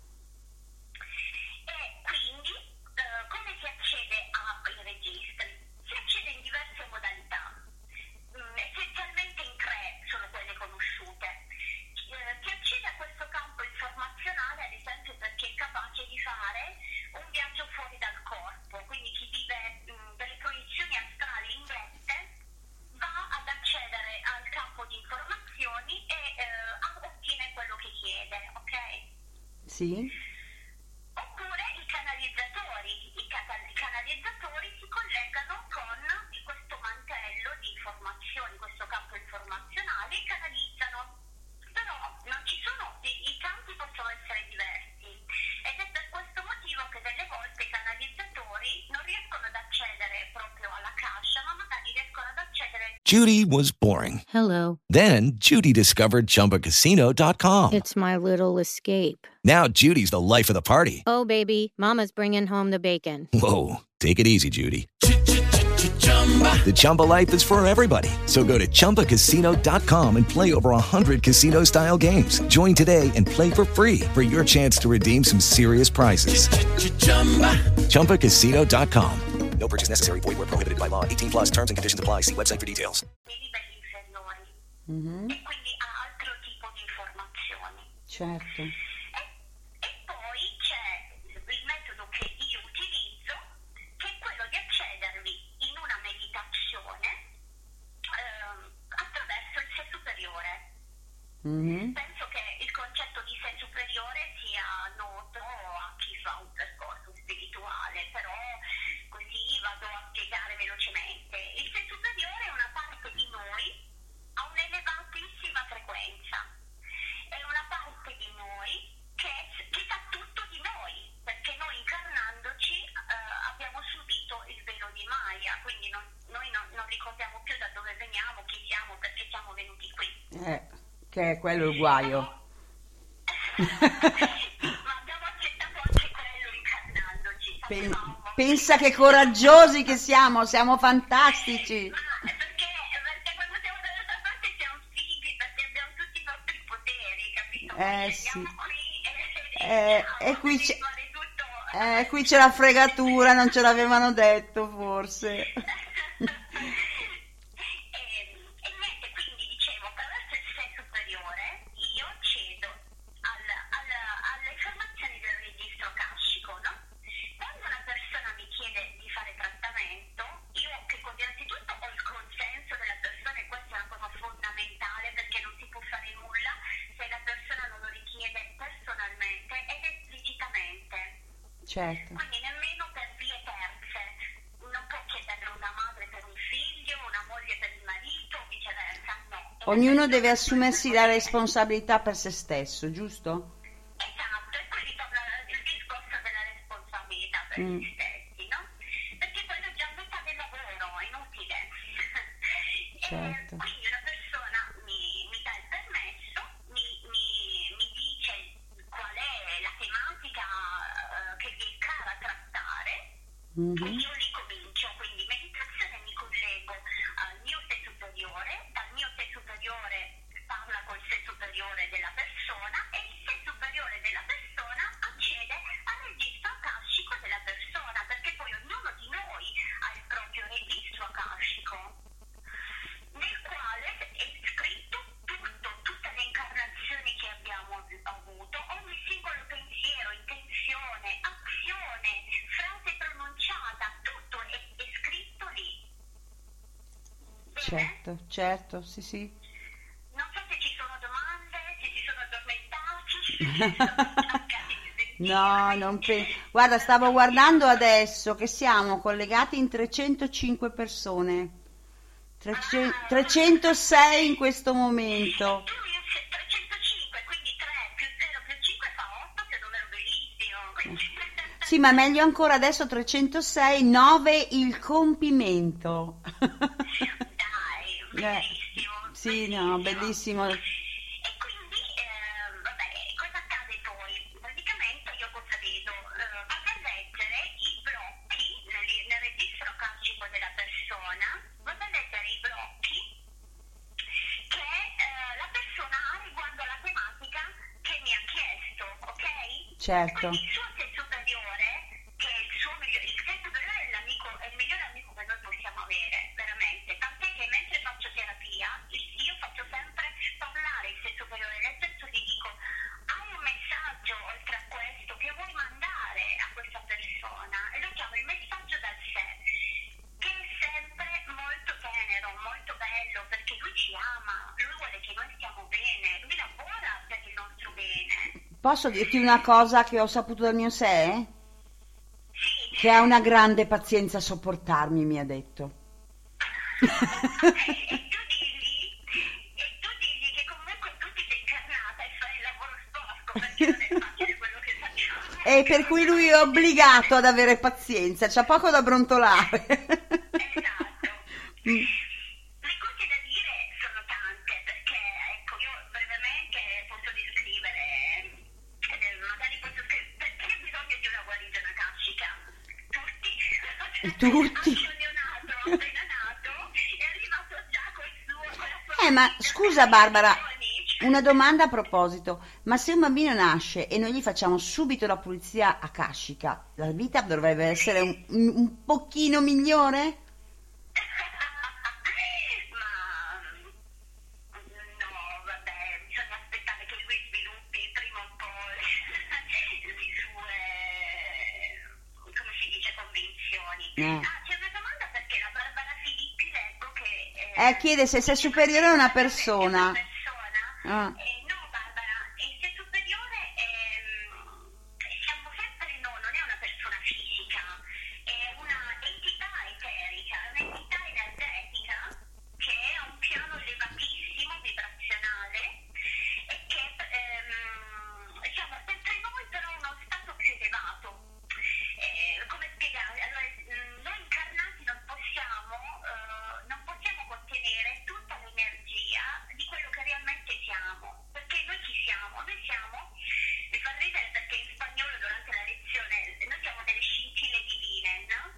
E quindi come si accede ai registri? Si accede in diverse modalità, essenzialmente in tre sono quelle conosciute. Si accede a questo campo informazionale ad esempio perché è capace di fare un viaggio fuori dal corpo, quindi chi vive delle proiezioni astrali indirette va ad accedere al campo di informazioni e ottiene quello che chiede, ok? Sì. Oppure i canalizzatori si collegano con questo mantello di informazioni, questo campo informazionale, e canalizzano. Però non ci sono, i campi possono essere diversi ed è per questo motivo che delle volte i canalizzatori non riescono ad accedere proprio alla cascia, ma magari riescono ad accedere. Judy was boring. Hello. Then Judy discovered ChumbaCasino.com. It's my little escape. Now Judy's the life of the party. Oh, baby, mama's bringing home the bacon. Whoa, take it easy, Judy. The Chumba life is for everybody. So go to ChumbaCasino.com and play over 100 casino-style games. Join today and play for free for your chance to redeem some serious prizes. ChumbaCasino.com. No purchase necessary. Void where prohibited by law. 18 plus terms and conditions apply. See website for details. Mm-hmm. E quindi ha altro tipo di informazioni. Certo. E poi c'è il metodo che io utilizzo, che è quello di accedervi in una meditazione Penso che il concetto di sé superiore sia noto a chi fa un percorso spirituale, però così vado a spiegare velocemente. Il sé superiore è una parte di noi a un'elevatissima frequenza, è una parte di noi che sa tutto di noi, perché noi incarnandoci abbiamo subito il velo di Maya, quindi noi non ricordiamo più da dove veniamo, chi siamo, perché siamo venuti qui. Che è quello il guaio. Ma abbiamo accettato anche quello incarnandoci. Pensa che coraggiosi che siamo fantastici. Perché quando siamo dall'altra parte siamo fighi, perché abbiamo tutti i nostri poteri, capito? Sì. E qui c'è la fregatura, non ce l'avevano detto forse. E niente, quindi dicevo, attraverso il sé superiore io accedo alle informazioni del registro akashico, no? Quando una persona mi chiede di fare trattamento, io innanzitutto ho il consenso della persona, e questa è una cosa fondamentale, perché non si può fare nulla se la persona non lo richiede personalmente ed esplicitamente. Certo. Quindi nemmeno per vie terze, non può chiederlo una madre per un figlio, una moglie per il marito, o viceversa, no. Ognuno deve assumersi la responsabilità per se stesso, giusto? Esatto, e qui ritorna il discorso della responsabilità per se stessi, no? Perché quello è già metà del lavoro, è inutile. Certo. Quindi una persona mi dà il permesso, mi dice qual è la tematica che gli è cara trattare, e io lì comincio, quindi meditazione, mi collego al mio sé superiore, dal mio sé superiore parla col sé superiore della persona, e il sé superiore della persona accede al registro akashico della persona, perché poi ognuno di noi ha il proprio registro akashico, nel quale è scritto tutte le incarnazioni che abbiamo avuto, ogni singolo pensiero, intenzione, azione, frase pronunciata, tutto è scritto lì. Bene? Certo, sì. Non so se ci sono domande, se ci sono addormentati. No, non penso. Guarda, stavo guardando adesso che siamo collegati in 305 persone. 306 in questo momento. 305, quindi 3 più 0 più 5 fa 8, che è un numero bellissimo. Sì, ma meglio ancora adesso 306, 9 il compimento. Dai, bellissimo. Sì, no, bellissimo. E quindi, vabbè, cosa accade poi? Praticamente io cosa vedo? Vado a leggere i blocchi nel registro akashico della persona, vado a leggere i blocchi che la persona ha riguardo alla tematica che mi ha chiesto, ok? Certo. Quindi il suo sé superiore, che è il sé superiore è il migliore amico che noi possiamo avere, veramente. Tant'è che mentre faccio terapia, io faccio sempre parlare il sé superiore, nel senso gli dico: hai un messaggio oltre a questo che vuoi mandare a questa persona? E lo chiamo il messaggio dal sé, che è sempre molto tenero, molto bello, perché lui ci ama, lui vuole che noi stiamo bene, lui lavora per il nostro bene. Posso dirti una cosa che ho saputo dal mio sé? Sì. Che ha una grande pazienza a sopportarmi, mi ha detto. E tu digli che comunque tu ti sei incarnata e fai il lavoro sporco, perché non è facile quello che facciamo. E per cui lui è obbligato ad avere pazienza, c'ha poco da brontolare. Esatto. Le cose da dire sono tante, perché ecco, io brevemente posso descrivere, magari posso scrivere, perché ho bisogno di una guarigione akashica? Tutti. Anche appena nato, è arrivato già con la sua Ma scusa Barbara, una domanda a proposito, ma se un bambino nasce e noi gli facciamo subito la pulizia akashica, la vita dovrebbe essere un pochino migliore? No, vabbè, bisogna aspettare che lui sviluppi prima o poi le sue, come si dice, convinzioni. C'è una domanda, perché la Barbara Filippi leggo che Chiede se sei superiore a una persona. E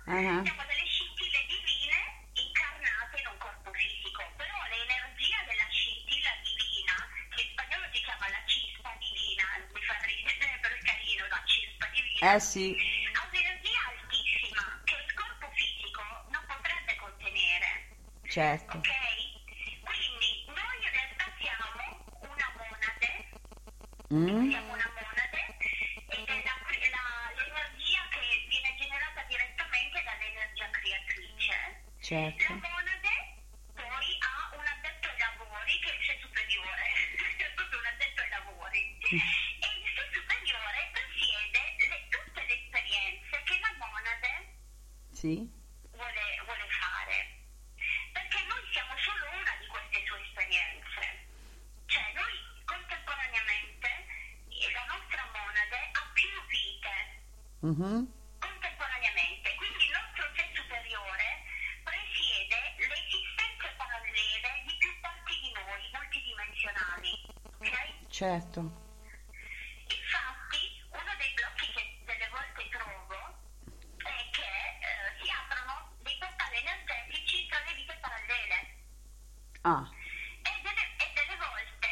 Uh-huh. Siamo delle scintille divine incarnate in un corpo fisico, però l'energia della scintilla divina, che in spagnolo si chiama la chispa divina, mi fa ridere per carino, la chispa divina, Sì. ha un'energia altissima che il corpo fisico non potrebbe contenere. Certo. Ok? Quindi noi in realtà siamo una monade, siamo una monade ed è l'energia che viene generata direttamente dall'energia creatrice. Certo. La monade poi ha un addetto ai lavori che è il sé superiore, è proprio un addetto ai lavori. E il sé superiore presiede tutte le esperienze che la monade Sì. vuole fare. Perché noi siamo solo una di queste sue esperienze. Cioè noi contemporaneamente la nostra monade ha più vite. Contemporaneamente. Quindi il nostro sé superiore presiede le esistenze parallele di più parti di noi, multidimensionali. Ok? Certo. Infatti, uno dei blocchi che delle volte trovo è che si aprono dei portali energetici tra le vite parallele. Ah. E delle volte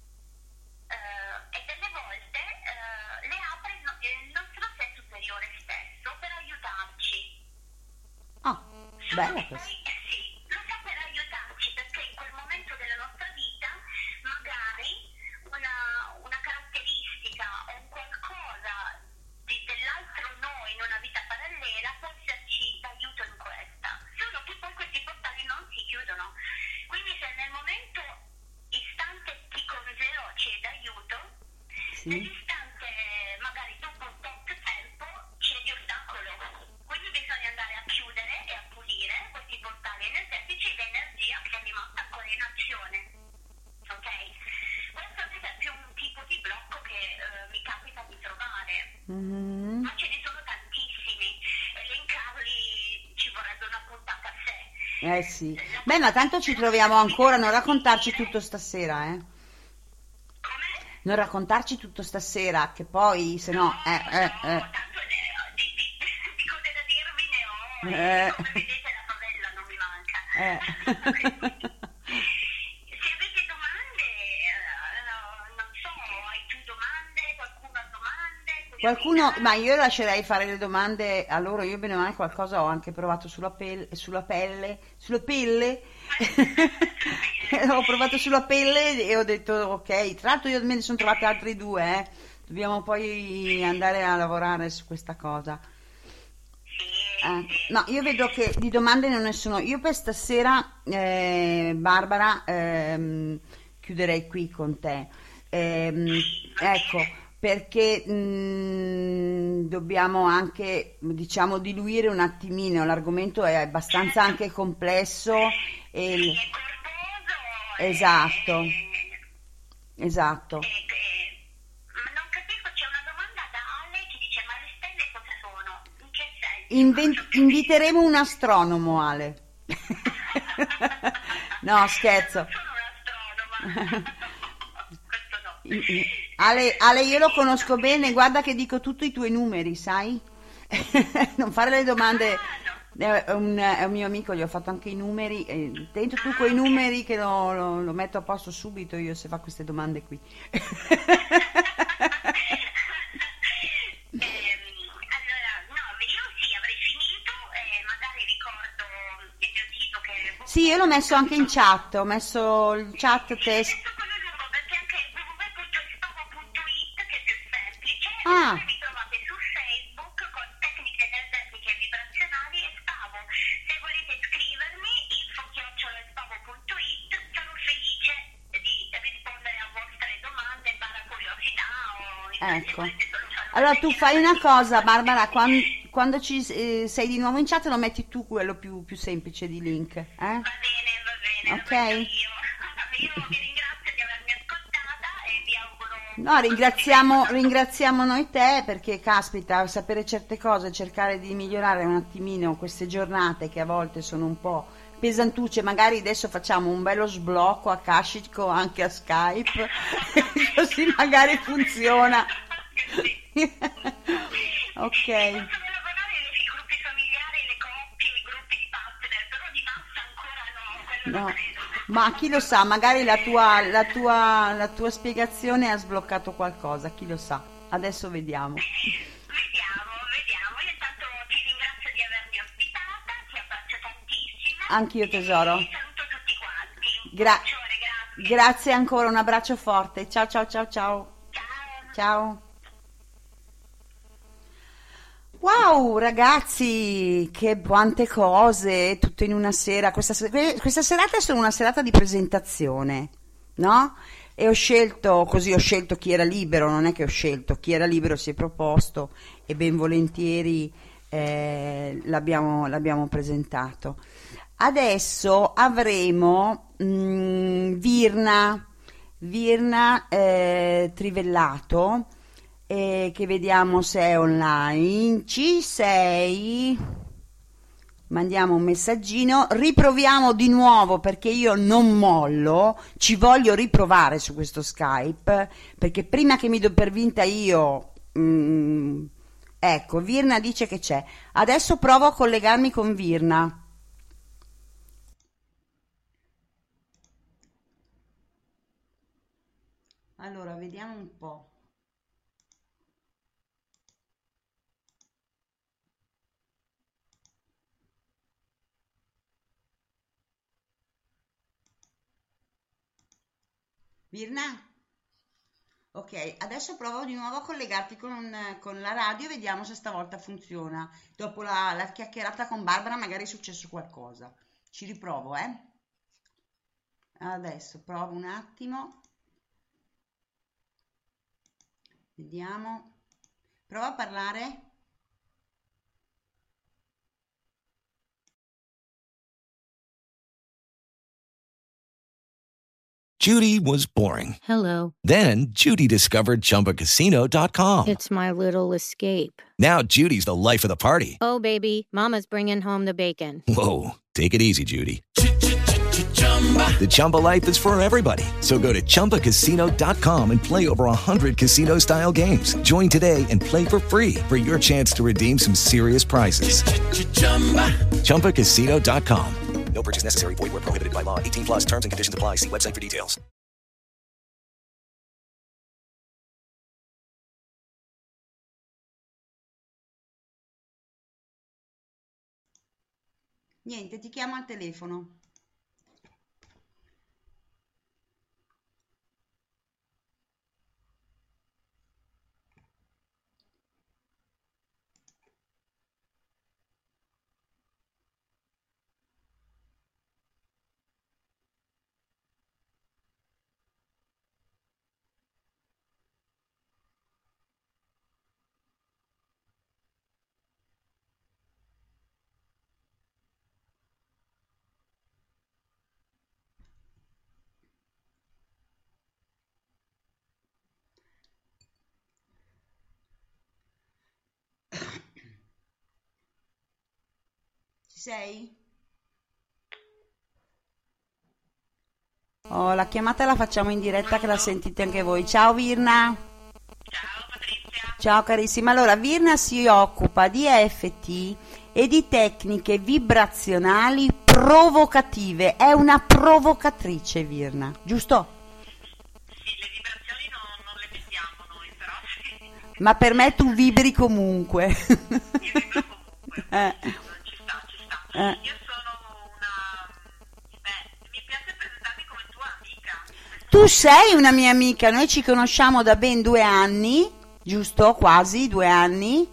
le apre il nostro sé superiore stesso per aiutarci. Ah, bella questa. Sì, lo fa per aiutarci perché in quel momento della nostra vita magari una caratteristica o un qualcosa dell'altro noi in una vita parallela può esserci d'aiuto in questa. Solo che poi questi portali non si chiudono. Quindi se nel momento istante ti considero c'è d'aiuto, nell'istante magari dopo un po' di tempo c'è di ostacolo. Quindi bisogna andare a chiudere e a pulire questi portali energetici e l'energia che è rimasta ancora in azione. Ok? Questo ad esempio è un tipo di blocco che mi capita di trovare. Ma ce ne sono tantissimi. Elencarli ci vorrebbe una puntata a sé. Sì. Beh, ma tanto ci troviamo ancora, non raccontarci tutto stasera, Non raccontarci tutto stasera, che poi, se no... Tanto di cose da dirvi ne ho, e come vedete la favela non mi manca. Se avete domande, non so, hai tu domande, qualcuno ha domande? Qualcuno, ma io lascerei fare le domande a loro, io bene o male qualcosa ho anche provato sulla pelle, ho provato sulla pelle e ho detto ok, tra l'altro io me ne sono trovate altri 2, dobbiamo poi andare a lavorare su questa cosa. No, io vedo che di domande non ne sono, io per stasera Barbara chiuderei qui con te, ecco, perché dobbiamo anche, diciamo, diluire un attimino, l'argomento è abbastanza anche complesso e esatto. Non capisco, c'è una domanda da Ale che dice ma le stelle cosa sono? In che senso? Inviteremo un astronomo, Ale. No, scherzo. Sono un'astronoma. Questo no. Ale, io lo conosco bene, guarda che dico tutti i tuoi numeri, sai? Non fare le domande. È un mio amico, gli ho fatto anche i numeri. Dentro tu quei numeri che lo metto a posto subito io se fa queste domande qui. Allora, no, io sì, avrei finito e magari ricordo il mio sito che... Sì, io l'ho messo anche in chat, ho messo il chat test. Perché anche www.espavo.it che è più semplice, Ah. mi trovate su Facebook con tecniche energetiche e vibrazionali Espavo. Se volete scrivermi, info@espavo.it, sono felice di rispondere a vostre domande, curiosità o Ecco. Allora tu fai una cosa, Barbara, quando ci sei di nuovo in chat lo metti tu quello più semplice di link, eh? Va bene, ok? io vi ringrazio di avermi ascoltata e vi auguro... No, ringraziamo noi te, perché caspita, sapere certe cose, cercare di migliorare un attimino queste giornate che a volte sono un po' pesantucce, magari adesso facciamo un bello sblocco akashico anche a Skype, così magari funziona. Ok. Posso elaborare i gruppi familiari e le No, ma chi lo sa, magari la tua spiegazione ha sbloccato qualcosa, chi lo sa. Adesso vediamo. Vediamo. Io intanto ti ringrazio di avermi ospitata, ti abbraccio tantissimo. Anch'io tesoro. E saluto tutti quanti. Grazie ancora, un abbraccio forte. Ciao. Ciao. Wow, ragazzi, che quante cose, tutto in una sera. Questa serata è solo una serata di presentazione, no? E ho scelto chi era libero, non è che ho scelto, chi era libero si è proposto e ben volentieri l'abbiamo presentato. Adesso avremo Virna Trivellato, che vediamo se è online. Ci sei? Mandiamo un messaggino, riproviamo di nuovo perché io non mollo, ci voglio riprovare su questo Skype perché prima che mi do per vinta io ecco, Virna dice che c'è. Adesso provo a collegarmi con Virna. Allora, vediamo un po'. Virna? Ok, adesso provo di nuovo a collegarti con la radio e vediamo se stavolta funziona. Dopo la chiacchierata con Barbara magari è successo qualcosa. Ci riprovo, Adesso provo un attimo. Vediamo. Prova a parlare. Judy was boring. Hello. Then Judy discovered ChumbaCasino.com. It's my little escape. Now Judy's the life of the party. Oh, baby, mama's bringing home the bacon. Whoa, take it easy, Judy. The Chumba life is for everybody. So go to ChumbaCasino.com and play over 100 casino-style games. Join today and play for free for your chance to redeem some serious prizes. ChumbaCasino.com. No purchase necessary. Void where prohibited by law. 18 plus terms and conditions apply. See website for details. Niente, ti chiamo al telefono. Sei? Oh, la chiamata la facciamo in diretta che la sentite anche voi. Ciao Virna. Ciao Patrizia. Ciao carissima. Allora, Virna si occupa di EFT e di tecniche vibrazionali provocative. È una provocatrice, Virna, giusto? Sì, le vibrazioni non le mettiamo noi, però sì. Ma per me tu vibri comunque. Io vibro comunque. Io sono mi piace presentarmi come tua amica. Tu sei una mia amica, noi ci conosciamo da ben 2 anni, giusto? Quasi 2 anni.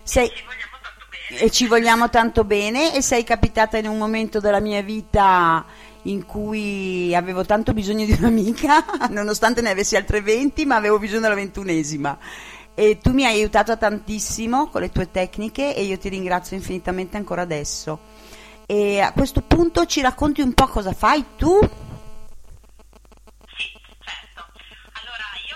Ci vogliamo tanto bene e sei capitata in un momento della mia vita in cui avevo tanto bisogno di un'amica, nonostante ne avessi altre 20, ma avevo bisogno della 21esima. E tu mi hai aiutato tantissimo con le tue tecniche e io ti ringrazio infinitamente ancora adesso. E a questo punto ci racconti un po' cosa fai tu? Sì, certo. Allora io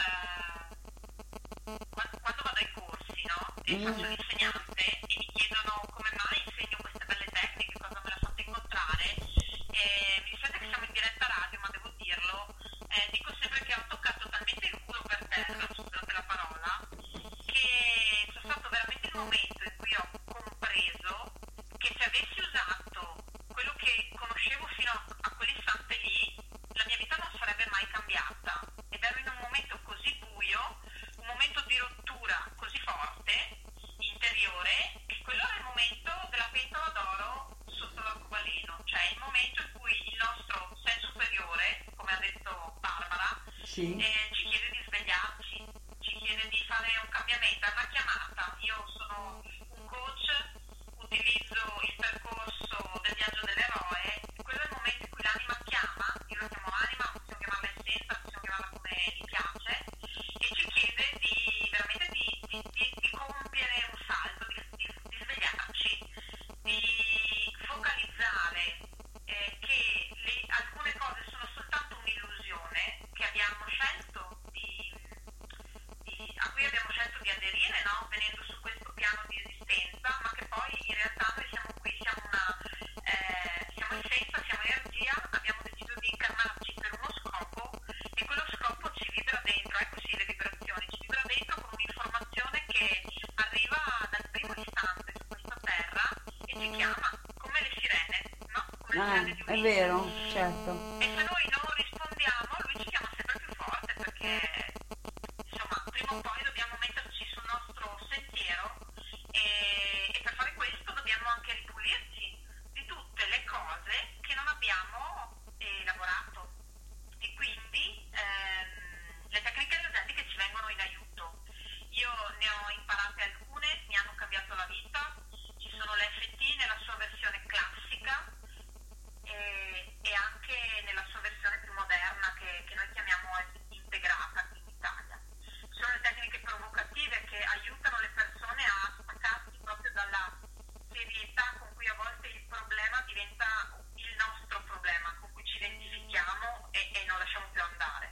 quando vado ai corsi, no? E faccio l'insegnante e mi chiedono come mai insegno queste belle tecniche, cosa me la fate incontrare, mi dispiace che siamo in diretta radio, ma devo dirlo, dico sempre che ho toccato talmente il culo per terra, scusate la parola, che c'è stato veramente il momento in cui ho compreso che se avessi usato quello che conoscevo fino a Sì. Ci chiede di svegliarci, ci chiede di fare un cambiamento, è una chiamata. Io sono un coach, utilizzo il percorso del viaggio dell'eroe, quello è il momento in cui l'anima chiama, io la chiamo anima, possiamo chiamarla essenza, possiamo chiamarla come gli piace, e ci chiede di veramente di compiere un salto, di svegliarci, di focalizzare che alcune cose sono soltanto un'illusione che abbiamo scelto a cui abbiamo scelto di aderire, no? Venendo su questo piano di esistenza, ma che poi in realtà noi siamo qui, siamo essenza, siamo energia, abbiamo deciso di incarnarci per uno scopo e quello scopo ci vibra dentro, ecco sì le vibrazioni, ci vibra dentro con un'informazione che arriva dal primo istante su questa terra e ci chiama, come le sirene, no? Come le sirene di È vero, certo. E se noi non rispondiamo, lui ci chiama sempre più forte perché insomma prima o poi dobbiamo metterci sul nostro sentiero e per fare questo dobbiamo anche ripulirci di tutte le cose che non abbiamo elaborato e quindi le tecniche energetiche ci vengono in aiuto. Io ne ho imparate alcune, mi hanno cambiato la vita. Ci sono le FT nella sua versione classica e anche nella sua versione più moderna che noi chiamiamo integrata qui in Italia. Sono le tecniche provocative che aiutano le persone a staccarsi proprio dalla serietà con cui a volte il problema diventa il nostro problema, con cui ci identifichiamo e non lasciamo più andare.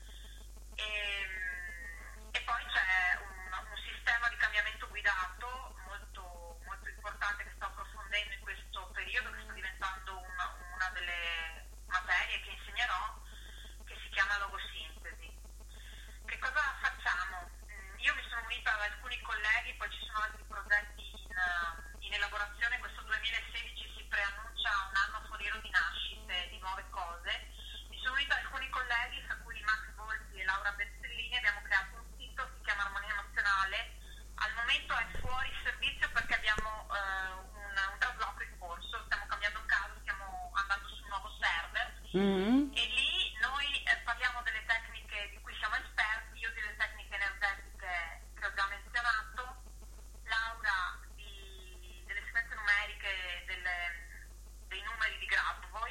E poi c'è un sistema di cambiamento guidato molto, molto importante che sto approfondendo in questo periodo, che sta diventando una delle materie che insegnerò, che si chiama logosintesi. Che cosa facciamo? Io mi sono unita ad alcuni colleghi, poi ci sono altri progetti in elaborazione. Questo 2016 si preannuncia un anno foriero di nascite, di nuove cose. Mi sono unita ad alcuni colleghi, tra cui Max Volpi e Laura Bezzellini, abbiamo creato un sito, si chiama Armonia Emozionale. Al momento è fuori servizio perché abbiamo un trasloco in corso, stiamo cambiando casa, stiamo andando su un nuovo server e lì noi parliamo delle tecniche di cui siamo esperti, io delle tecniche energetiche che ho già menzionato, Laura delle sequenze numeriche dei numeri di Grabovoi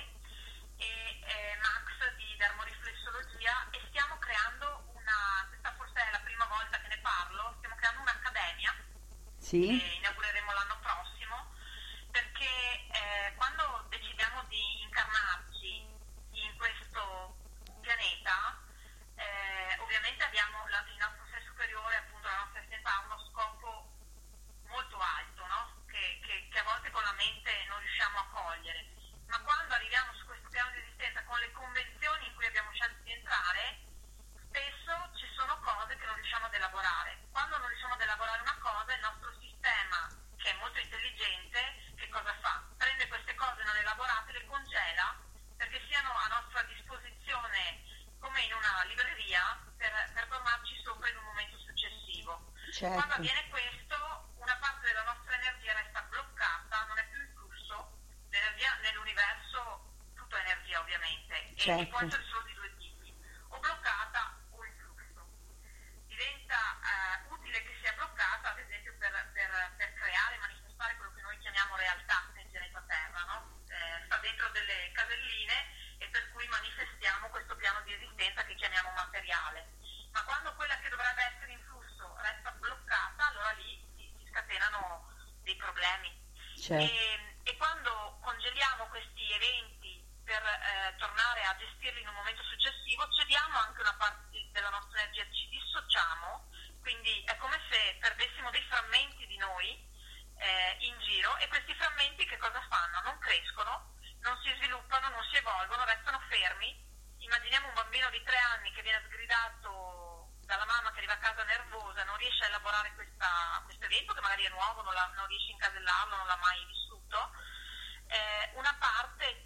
e Max di dermoriflessologia, e stiamo creando questa forse è la prima volta che ne parlo, stiamo creando un'accademia che inaugureremo l'anno prossimo, perché quando decidiamo di incarnarci in questo pianeta, ovviamente abbiamo il nostro sé superiore, appunto la nostra essenza ha uno scopo molto alto, no? che a volte con la mente non riusciamo a cogliere, ma quando arriviamo su questo piano di esistenza con le convenzioni in cui abbiamo scelto di entrare, spesso ci sono cose che non riusciamo ad elaborare. Quando non riusciamo ad elaborare una cosa, il nostro sistema, che è molto intelligente, che cosa fa? Prende queste cose non elaborate, le congela perché siano a nostra disposizione come in una libreria per tornarci sopra in un momento successivo. Certo. Quando avviene questo, una parte della nostra energia resta bloccata, non è più in flusso. L'energia nell'universo, tutto è energia ovviamente, certo. E può essere solo di due tipi, o bloccata o in flusso. Diventa utile che sia bloccata, ad esempio per creare e manifestare quello che noi chiamiamo realtà nel pianeta Terra, no? Sta dentro delle caselline e per cui manifestiamo questo piano di esistenza che chiamiamo materiale. Ma quando quella che dovrebbe essere in flusso resta bloccata, allora lì si scatenano dei problemi. Certo. E quando congeliamo questi eventi per tornare a gestirli in un momento successivo, cediamo anche una parte della nostra energia, ci dissociamo, quindi è come se perdessimo dei frammenti di noi in giro, e questi frammenti che cosa fanno? Non crescono, non si sviluppano, non si evolvono, restano fermi. Immaginiamo un bambino di 3 anni che viene sgridato dalla mamma, che arriva a casa nervosa, non riesce a elaborare questo evento che magari è nuovo, non riesce a incasellarlo, non l'ha mai vissuto. Una parte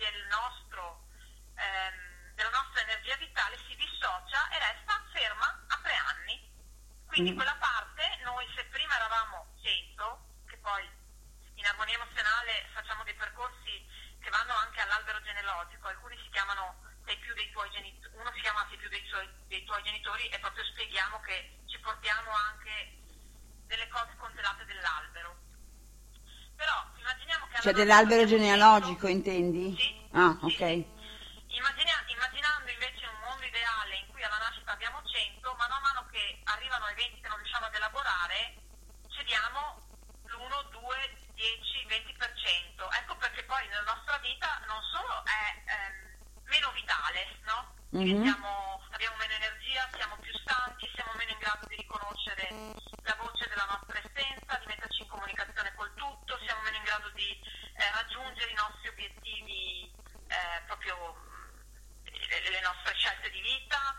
della nostra energia vitale si dissocia e resta ferma a 3 anni. Quindi quella parte, noi se prima eravamo 100, che poi in armonia emozionale facciamo dei percorsi che vanno anche all'albero genealogico, alcuni si chiamano sei più dei tuoi genitori, uno si ama sei più dei tuoi genitori, e proprio spieghiamo che ci portiamo anche delle cose congelate dell'albero. Però immaginiamo che Cioè dell'albero genealogico, intendi? Sì. Ah, sì, ok. sì. Immaginando invece un mondo ideale in cui alla nascita abbiamo 100, mano a mano che arrivano ai 20 che non riusciamo ad elaborare, cediamo l'1, 2, 10, 20%. Ecco perché poi nella nostra vita non solo è meno vitale, no? Abbiamo meno energia, siamo più stanchi, siamo meno in grado di riconoscere la voce della nostra essenza, di metterci in comunicazione col tutto, siamo meno in grado di raggiungere i nostri obiettivi, proprio le nostre scelte di vita,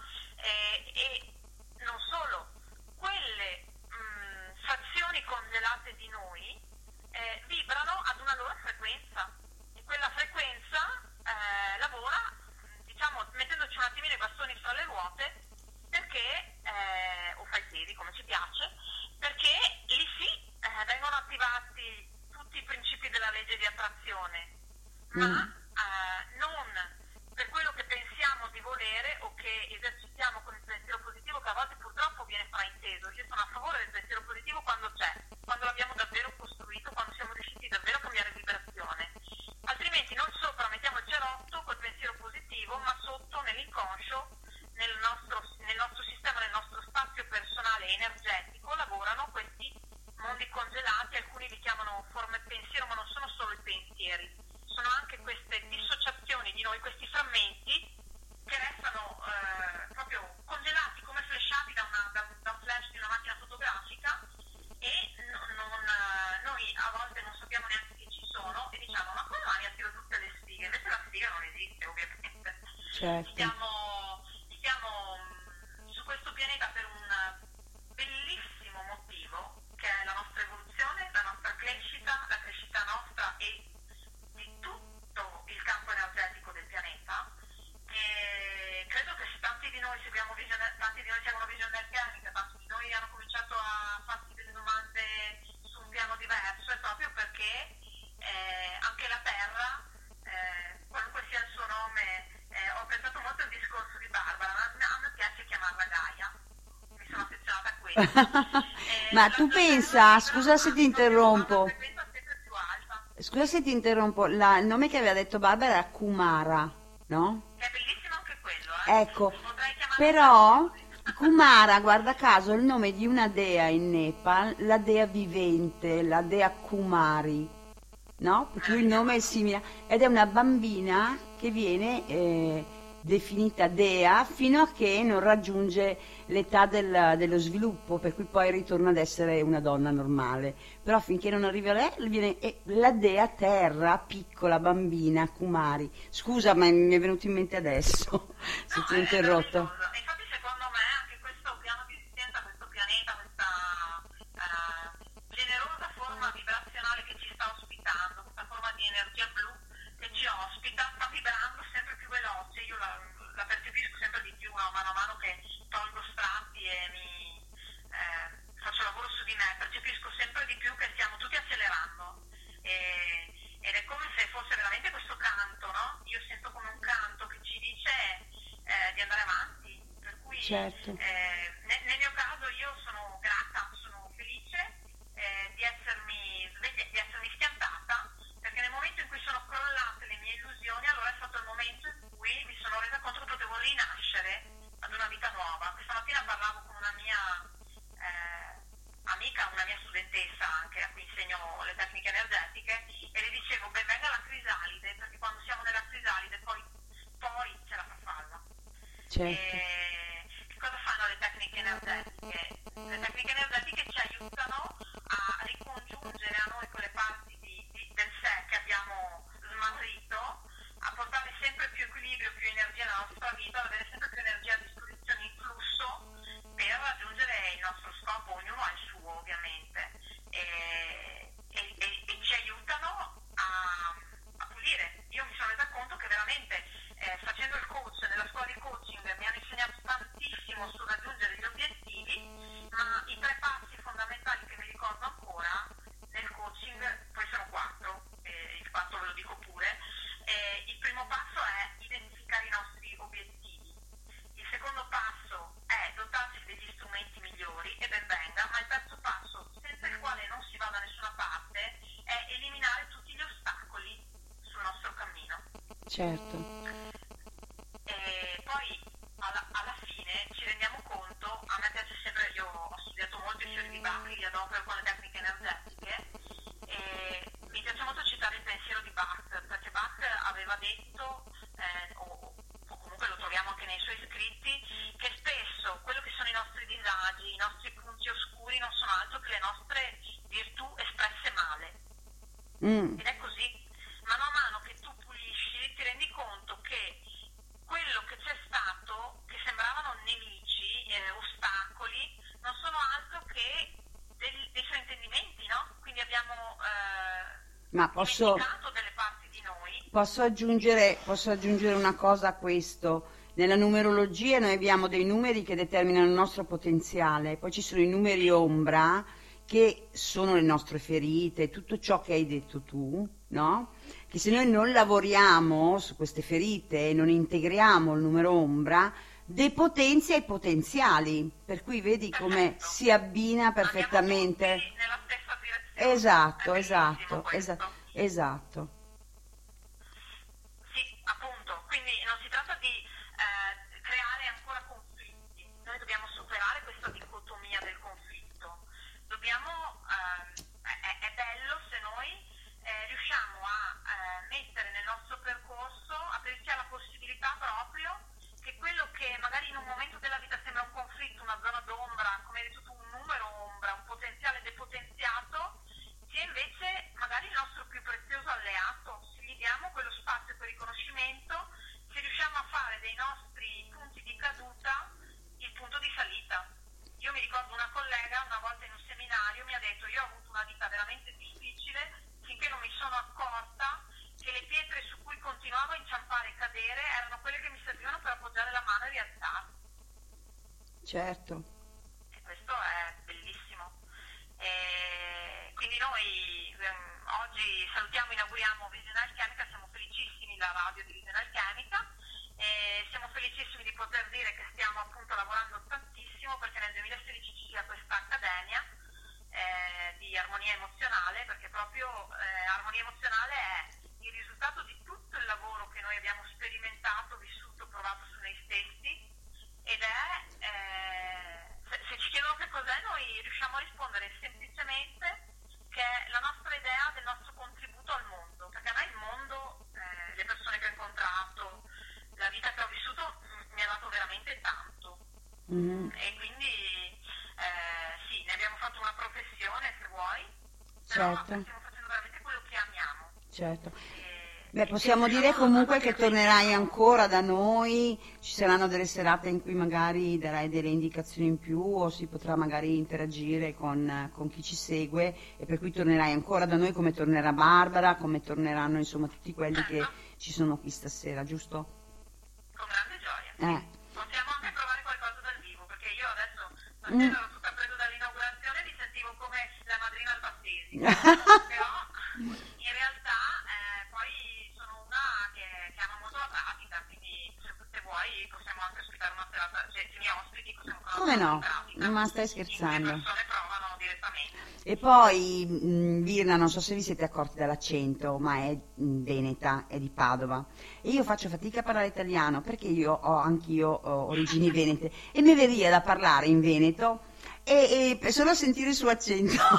e non solo, quelle fazioni congelate di noi vibrano ad una loro frequenza, e quella frequenza lavora, diciamo, mettendoci un attimino i bastoni fra le ruote, perché o fra i piedi, come ci piace, perché lì sì vengono attivati tutti i principi della legge di attrazione, ma non per quello che pensiamo di volere o che esercitiamo con il pensiero positivo, che a volte purtroppo viene frainteso. Io sono a favore del pensiero positivo quando c'è, quando l'abbiamo davvero costruito, quando siamo riusciti davvero a cambiare vibrazione. Altrimenti noi sopra mettiamo il cerotto col pensiero positivo, ma sotto nell'inconscio, nel nostro sistema, nel nostro spazio personale e energetico lavorano questi mondi congelati. Alcuni li chiamano forme pensiero, ma non sono solo i pensieri, sono anche queste dissociazioni di noi, questi frammenti che restano proprio congelati, come flashati da un flash di una macchina fotografica, e noi a volte non sappiamo neanche che ci sono, e diciamo: ma come mai attiro tutte le sfighe? Invece la sfiga non esiste, ovviamente. Certo. Stiamo su questo pianeta per un bellissimo motivo, che è la nostra evoluzione, la nostra crescita, la crescita nostra e di tutto il campo energetico del pianeta. E credo che se tanti di noi seguono visione organica, tanti di noi hanno cominciato a farsi delle domande su un piano diverso, è proprio perché anche la Terra, qualunque sia il suo nome, ho pensato molto al discorso di Barbara, a me piace chiamarla Gaia, mi sono affezionata a questo. Ma tu pensa, scusa se ti interrompo, il nome che aveva detto Barbara era Kumara, no? Che è bellissimo anche quello, Ecco, però Kumara, guarda caso, è il nome di una dea in Nepal, la dea vivente, la dea Kumari, no? Per cui il nome è simile, ed è una bambina che viene definita dea fino a che non raggiunge l'età dello sviluppo, per cui poi ritorna ad essere una donna normale. Però finché non arriva lei viene la dea terra, piccola bambina, Kumari. Scusa, ma mi è venuto in mente adesso, se ti ho interrotto. Infatti secondo me anche questo piano di esistenza, questo pianeta, questa generosa forma vibrazionale che ci sta ospitando, questa forma di energia blu che ci ospita, sta vibrando sempre più veloce. Io la percepisco sempre di più mano a mano che tolgo strati e faccio lavoro su di me, percepisco sempre di più che stiamo tutti accelerando, ed è come se fosse veramente questo canto, no? Io sento come un canto che ci dice di andare avanti, per cui certo. Nel mio caso io sono grata, sono felice di essermi schiantata, perché nel momento in cui sono crollate le mie illusioni, allora è stato il momento in cui mi sono resa conto che potevo rinascere ad una vita nuova. Questa mattina parlavo con una mia amica, una mia studentessa anche, a cui insegno le tecniche energetiche, e le dicevo: ben venga la crisalide, perché quando siamo nella crisalide poi c'è la farfalla. Certo. Che cosa fanno le tecniche energetiche? Le tecniche energetiche ci aiutano a ricongiungere a noi quelle parti del sé che abbiamo smarrito, a portare sempre più equilibrio, più energia nella nostra vita, ad avere sempre più energia a disposizione in flusso per raggiungere il nostro scopo. Ognuno ha il suo, ovviamente, e ci aiutano a pulire. Io mi sono resa conto che veramente facendo il coach nella scuola di coaching mi hanno insegnato Certo. E poi alla fine ci rendiamo conto, a me piace sempre, io ho studiato molto i fiori di Bach, li adopero con le tecniche energetiche, e mi piace molto citare il pensiero di Bach, perché Bach aveva detto, o comunque lo troviamo anche nei suoi scritti, che spesso quello che sono i nostri disagi, i nostri punti oscuri non sono altro che le nostre virtù espresse male. Ed è così. Mano a mano che tu pulisci ti rendi conto che quello che c'è stato, che sembravano nemici, ostacoli, non sono altro che dei fraintendimenti, no? Quindi abbiamo dimenticato delle parti di noi. Posso aggiungere una cosa a questo. Nella numerologia noi abbiamo dei numeri che determinano il nostro potenziale, poi ci sono i numeri ombra che sono le nostre ferite, tutto ciò che hai detto tu, no? Che se noi non lavoriamo su queste ferite e non integriamo il numero ombra, depotenzia i potenziali, per cui vedi come si abbina perfettamente. Nella stessa direzione. Esatto. Sì, appunto, quindi non si tratta di creare ancora conflitti, noi dobbiamo superare questa dicotomia del conflitto, è bello se noi riusciamo a mettere nel nostro percorso, aprirci alla possibilità proprio che quello che magari in un momento della vita sembra un conflitto, una zona d'ombra, come hai detto tu, un numero ombra, un potenziale depotenziato, sia invece magari il nostro più prezioso alleato, se gli diamo quello spazio per riconoscimento, se riusciamo a fare dei nostri punti di caduta il punto di salita. Io mi ricordo una collega una volta in un seminario mi ha detto: io ho avuto una vita veramente difficile finché non mi sono accorta che le pietre su cui continuavo a inciampare e cadere erano quelle che mi servivano per appoggiare la mano e rialzarmi. Certo. E questo è bellissimo. Quindi noi oggi salutiamo, inauguriamo Visione Alchemica, siamo felicissimi, la radio di Visione Alchemica, e siamo felicissimi di poter dire che stiamo appunto lavorando tantissimo perché nel 2016 ci sia questa accademia di armonia emozionale, perché proprio armonia emozionale è il risultato di tutto il lavoro che noi abbiamo sperimentato, vissuto, provato su noi stessi, ed è se ci chiedono che cos'è, noi riusciamo a rispondere semplicemente che è la nostra idea del nostro contributo al mondo, perché a me il mondo, le persone che ho incontrato, la vita che ho vissuto mi ha dato veramente tanto. E quindi sì, ne abbiamo fatto una professione, se vuoi, però stiamo facendo veramente quello che amiamo. Certo. Beh, possiamo dire comunque che tornerai ancora da noi, ci saranno delle serate in cui magari darai delle indicazioni in più o si potrà magari interagire con chi ci segue, e per cui tornerai ancora da noi, come tornerà Barbara, come torneranno insomma tutti quelli che ci sono qui stasera, giusto? Con grande gioia. Possiamo anche provare qualcosa dal vivo, perché io adesso stasera ero tutta presa dall'inaugurazione e mi sentivo come la madrina al battesimo, però in realtà poi sono una che ama molto la pratica, quindi se vuoi possiamo anche ospitare una serata, cioè se mi ospiti possiamo fare Come una no? pratica. Ma stai scherzando? Le persone provano direttamente. E poi Virna, non so se vi siete accorti dall'accento, ma è veneta, è di Padova, e io faccio fatica a parlare italiano perché anch'io ho origini venete e mi veniva da parlare in veneto e solo a sentire il suo accento. Che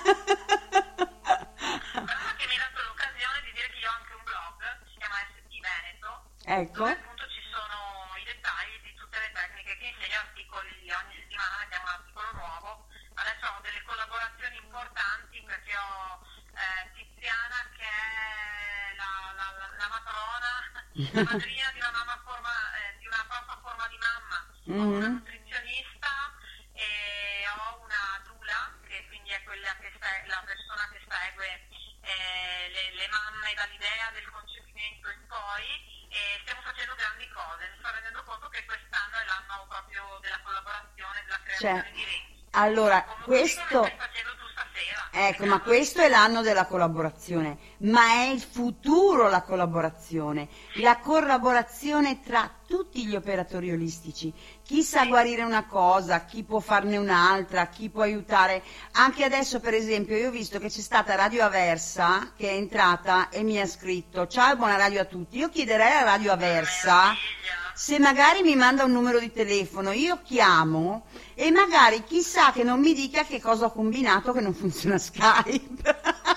mi ha dato l'occasione di dire che io ho anche un blog, si chiama ST Veneto, ecco. dove appunto ci sono i dettagli di tutte le tecniche che insegno, articoli, ogni settimana abbiamo un articolo nuovo. Adesso ho delle collaborazioni importanti perché ho Tiziana che è la matrona, la madrina di una mamma di una pappa forma di mamma, ho una nutrizionista e ho una doula, che quindi è quella la persona che segue le mamme dall'idea del concepimento in poi, e stiamo facendo grandi cose. Mi sto rendendo conto che quest'anno è l'anno proprio della collaborazione, della creazione di reti. Allora, questo... Stai facendo tu stasera. Ecco, ma questo è l'anno della collaborazione, ma è il futuro la collaborazione tra tutti gli operatori olistici. Chi sa guarire una cosa, chi può farne un'altra, chi può aiutare. Anche adesso, per esempio, io ho visto che c'è stata Radio Aversa che è entrata e mi ha scritto: ciao e buona radio a tutti. Io chiederei a Radio Aversa se magari mi manda un numero di telefono, io chiamo e magari chissà che non mi dica che cosa ho combinato che non funziona Skype.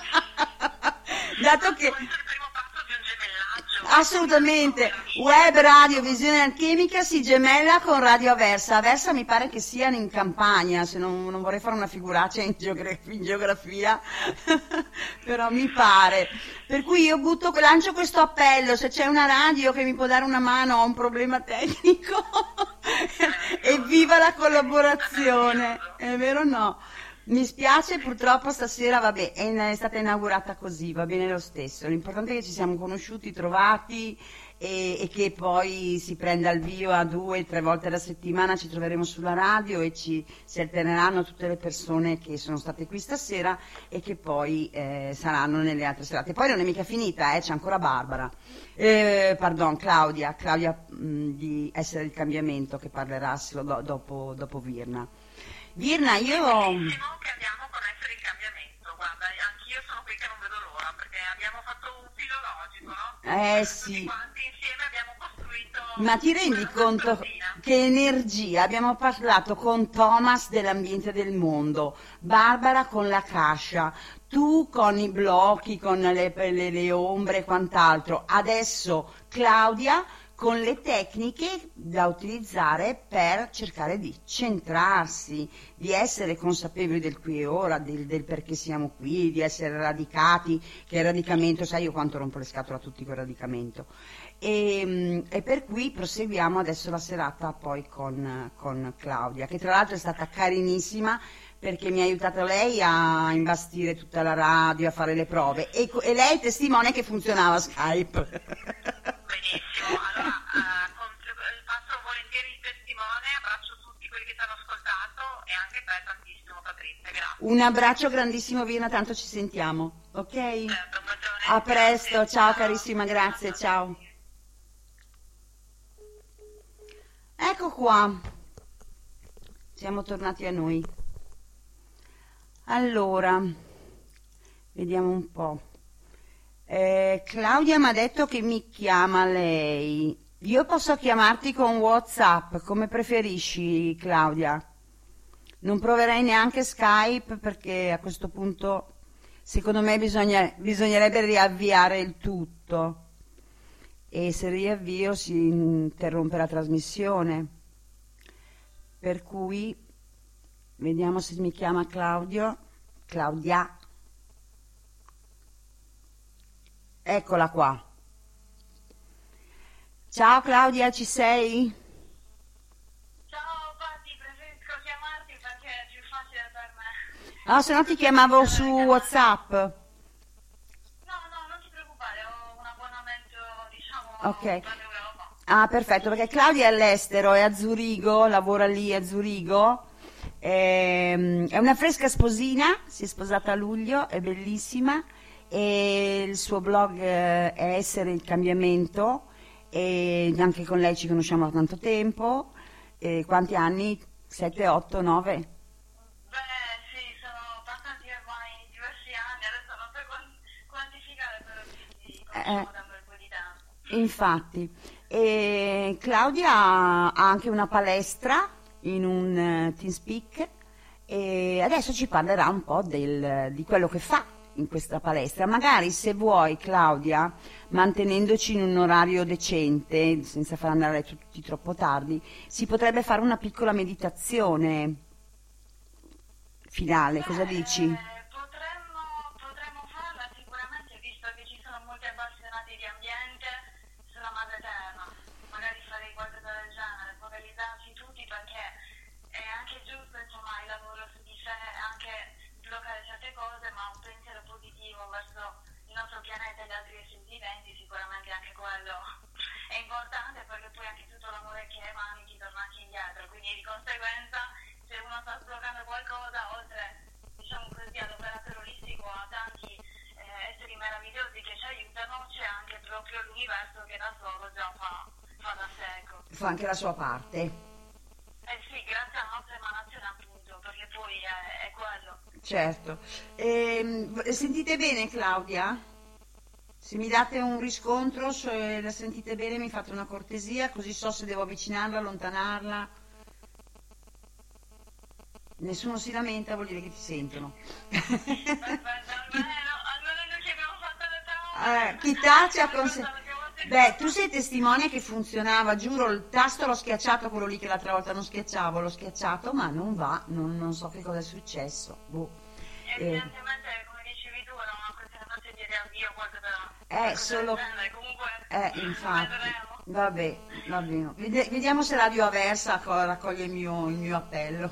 Dato che assolutamente Web Radio Visione Alchemica si gemella con Radio Aversa. Aversa mi pare che siano in Campania, se non vorrei fare una figuraccia in geografia però mi pare, per cui io lancio questo appello: se c'è una radio che mi può dare una mano, ho un problema tecnico. Evviva la collaborazione, è vero o no? Mi spiace, purtroppo stasera, vabbè, è stata inaugurata così, va bene lo stesso. L'importante è che ci siamo conosciuti, trovati e che poi si prenda il via 2-3 volte alla settimana, ci troveremo sulla radio e si alterneranno tutte le persone che sono state qui stasera e che poi saranno nelle altre serate. Poi non è mica finita, c'è ancora Barbara, Claudia di Essere il Cambiamento, che parlerà dopo Virna. Virna, io... che abbiamo con Essere il Cambiamento, guarda, anch'io sono qui che non vedo l'ora, perché abbiamo fatto un filo logico, no? Sì. Tutti quanti insieme abbiamo costruito... Ma ti rendi conto che energia? Abbiamo parlato con Thomas dell'ambiente del mondo, Barbara con la cascia, tu con i blocchi, con le ombre e quant'altro, adesso Claudia con le tecniche da utilizzare per cercare di centrarsi, di essere consapevoli del qui e ora, del perché siamo qui, di essere radicati, che il radicamento, sai io quanto rompo le scatole a tutti quel radicamento. E per cui proseguiamo adesso la serata poi con Claudia, che tra l'altro è stata carinissima, perché mi ha aiutato lei a imbastire tutta la radio, a fare le prove, e lei è testimone che funzionava Skype. Benissimo, allora faccio volentieri il testimone, abbraccio tutti quelli che ti hanno ascoltato e anche te tantissimo, Patrizia, grazie. Un abbraccio grandissimo, Virna, tanto ci sentiamo, ok? Certo, a presto, grazie. Ciao carissima, grazie, ciao. Ecco qua, siamo tornati a noi. Allora, vediamo un po'. Claudia mi ha detto che mi chiama lei. Io posso chiamarti con WhatsApp, come preferisci, Claudia. Non proverei neanche Skype, perché a questo punto secondo me bisognerebbe riavviare il tutto, e se riavvio si interrompe la trasmissione, per cui vediamo se mi chiama Claudia. Eccola qua. Ciao Claudia, ci sei? Ciao Patti, preferisco chiamarti perché è più facile per me. No, se no ti chiamavo su WhatsApp. No, non ti preoccupare, ho un abbonamento, diciamo, Ok. dall'Europa. Ah, perfetto, perché Claudia è all'estero, è a Zurigo, lavora lì a Zurigo. È una fresca sposina, si è sposata a luglio, è bellissima. E il suo blog è Essere il Cambiamento, e anche con lei ci conosciamo da tanto tempo. Quanti anni? 7, 8, 9? Beh sì, sono passati ormai diversi anni, adesso non so quantificare, però ci conosciamo da un bel po' di tempo. Infatti, Claudia ha anche una palestra in un TeamSpeak, e adesso ci parlerà un po' di quello che fa in questa palestra. Magari, se vuoi, Claudia, mantenendoci in un orario decente, senza far andare tutti troppo tardi, si potrebbe fare una piccola meditazione finale. Cosa dici? Potremmo farla sicuramente, visto che ci sono molti appassionati di ambiente sulla madre terra. Magari farei qualcosa del genere, focalizzarci tutti, perché è anche giusto, insomma, il lavoro su di sé, anche bloccare certe cose, ma un pensiero positivo verso il nostro pianeta e gli altri esseri viventi, sicuramente anche quello è importante, perché poi anche tutto l'amore che emani ti torna anche indietro, quindi di conseguenza se uno sta sbloccando qualcosa, oltre, diciamo così, all'operatore l'universo che da solo già fa da sé, ecco. Fa anche la sua parte. Sì, grazie alla nostra emanazione appunto, perché poi è quello. Certo. Sentite bene Claudia? Se mi date un riscontro, se la sentite bene mi fate una cortesia, così so se devo avvicinarla, allontanarla. Nessuno si lamenta, vuol dire che ti sentono. Perfetto, almeno noi che abbiamo fatto le tavole. Chi tace ha consentito. Beh, tu sei testimone che funzionava, giuro, il tasto l'ho schiacciato, quello lì che l'altra volta non schiacciavo, l'ho schiacciato, ma non va, non so che cosa è successo. Evidentemente, come dicevi tu, era una questione forse di riavvio, qualcosa solo... del genere, comunque infatti, vabbè, va bene. Vediamo se Radio Aversa raccoglie il mio appello.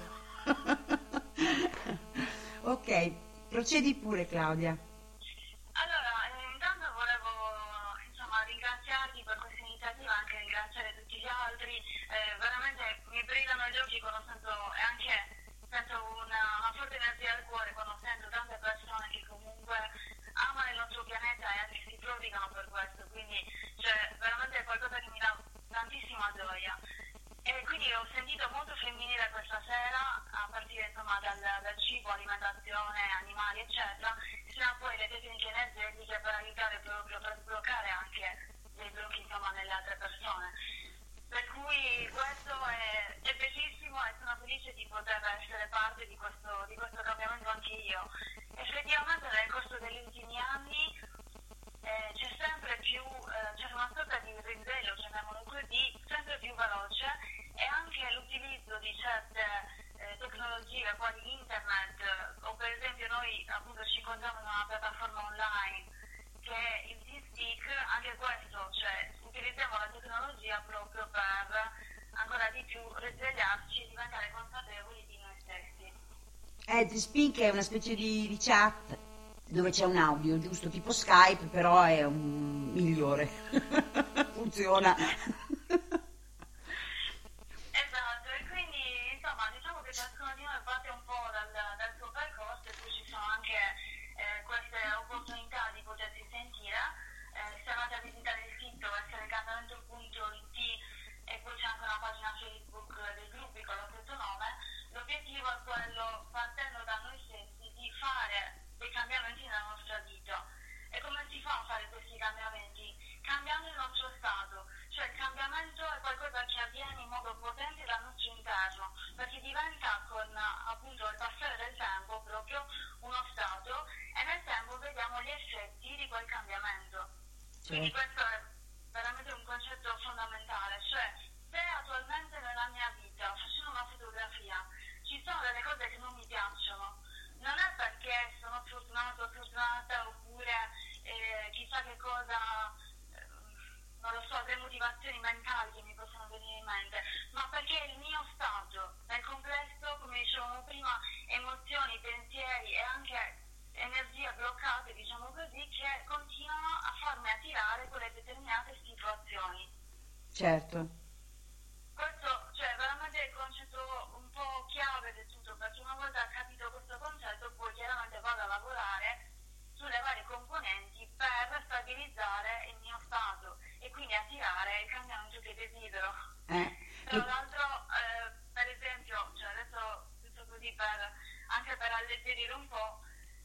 Ok, procedi pure Claudia. Allora, intanto volevo ringraziarti per questa iniziativa, anche ringraziare tutti gli altri, veramente mi brillano gli occhi quando sento, e anche sento una forte energia al cuore quando sento tante persone che comunque amano il nostro pianeta e anche si prodigano per questo, quindi veramente è qualcosa che mi dà tantissima gioia. E quindi ho sentito molto femminile questa sera, a partire dal cibo, alimentazione, animali eccetera, fino a poi le tecniche energetiche per aiutare proprio per sbloccare anche dei blocchi nelle altre persone. Per cui questo è bellissimo e sono felice di poter essere parte di questo cambiamento anche io. Effettivamente nel corso degli ultimi anni c'è sempre più, c'è una sorta di risveglio, chiamiamolo così, sempre più veloce, e anche l'utilizzo di certe tecnologie quali internet, o per esempio noi appunto ci incontriamo in una piattaforma online che è il Teamspeak, anche questo, utilizziamo la tecnologia proprio per ancora di più risvegliarci e diventare consapevoli di noi stessi. Teamspeak è una specie di chat dove c'è un audio, giusto, tipo Skype, però è un migliore. Funziona. Esatto, e quindi insomma diciamo che ciascuno di noi parte un po' dal suo percorso, e poi ci sono anche queste opportunità di potersi sentire. Se andate a visitare il sito esserecambiamento.it, e poi c'è anche una pagina Facebook dei gruppi con lo stesso nome, l'obiettivo è quello, partendo da noi stessi, di fare dei cambiamenti nella nostra vita. E come si fa a fare questi cambiamenti? Cambiando il nostro stato, cioè il cambiamento è qualcosa che avviene in modo potente dal nostro interno, perché diventa con appunto il passare del tempo proprio uno stato, e nel tempo vediamo gli effetti di quel cambiamento. Quindi questo è veramente un concetto fondamentale, cioè se attualmente nella mia vita, facendo una fotografia, ci sono delle cose che non mi piacciono, non è perché sono fortunato o fortunata, oppure chissà che cosa, non lo so, delle motivazioni mentali che mi possono venire in mente, ma perché il mio stato nel complesso, come dicevamo prima, emozioni, pensieri e anche energie bloccate, diciamo così, che continuano a farmi attirare quelle determinate situazioni. Certo. Questo è veramente il concetto un po' chiave del tutto, perché una volta capito questo concetto poi chiaramente vado a lavorare sulle varie componenti per stabilizzare il mio stato e quindi attirare il cambiamento che desidero. Tra l'altro, per esempio, adesso tutto così anche per alleggerire un po',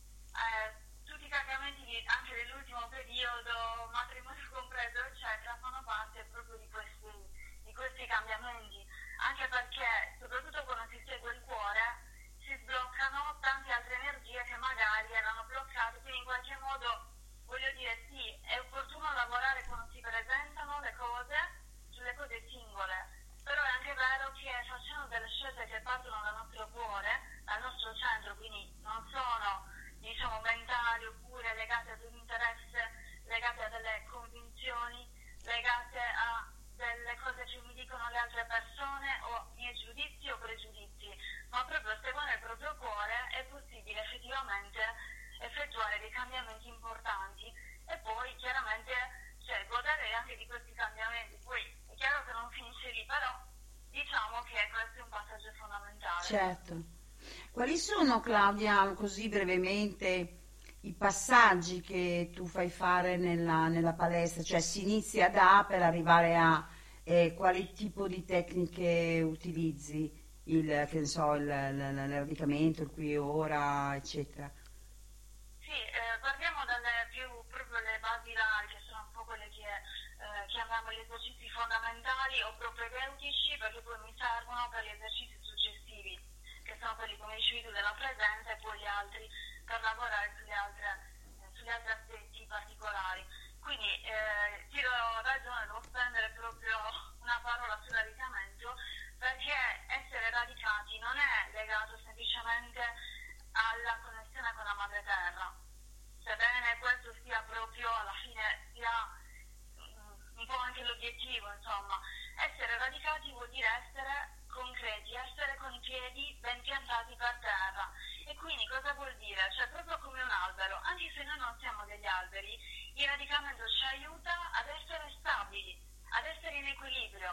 tutti i cambiamenti anche dell'ultimo periodo, matrimonio compreso, eccetera, fanno parte proprio di questi cambiamenti, anche perché soprattutto quando si segue il cuore si sbloccano tante altre energie che magari erano bloccate, quindi in qualche modo, voglio dire, sì, è opportuno lavorare quando si presentano le cose, sulle cose singole, però è anche vero che facendo delle scelte che partono dal nostro cuore, dal nostro centro, quindi non sono, diciamo, mentali oppure legate ad un interesse, legate a delle convinzioni, legate a delle cose che mi dicono le altre persone o miei giudizi o pregiudizi, ma proprio seguendo il proprio cuore è possibile effettivamente effettuare dei cambiamenti importanti e poi chiaramente godere anche di questi cambiamenti. Poi è chiaro che non finisce lì, però diciamo che questo è un passaggio fondamentale. Certo. Quali sono, Claudia, così brevemente, i passaggi che tu fai fare nella palestra, cioè si inizia da per arrivare a quali tipo di tecniche utilizzi, che ne so, il radicamento, il qui e ora, eccetera. Sì, partiamo dalle proprio le basilari, che sono un po' quelle che chiamiamo gli esercizi fondamentali o propedeutici, perché poi mi servono per gli esercizi successivi, che sono quelli, come dicevi tu, della presenza, e poi gli altri per lavorare sugli altri aspetti particolari. Quindi ti do ragione, devo spendere proprio una parola sul radicamento, perché essere radicati non è legato semplicemente alla connessione con la madre terra, sebbene questo sia proprio alla fine sia un po' anche l'obiettivo, insomma. Essere radicati vuol dire essere concreti, essere con i piedi ben piantati per terra. E quindi cosa vuol dire? Cioè proprio come un albero, anche se noi non siamo degli alberi, il radicamento ci aiuta ad essere stabili, ad essere in equilibrio.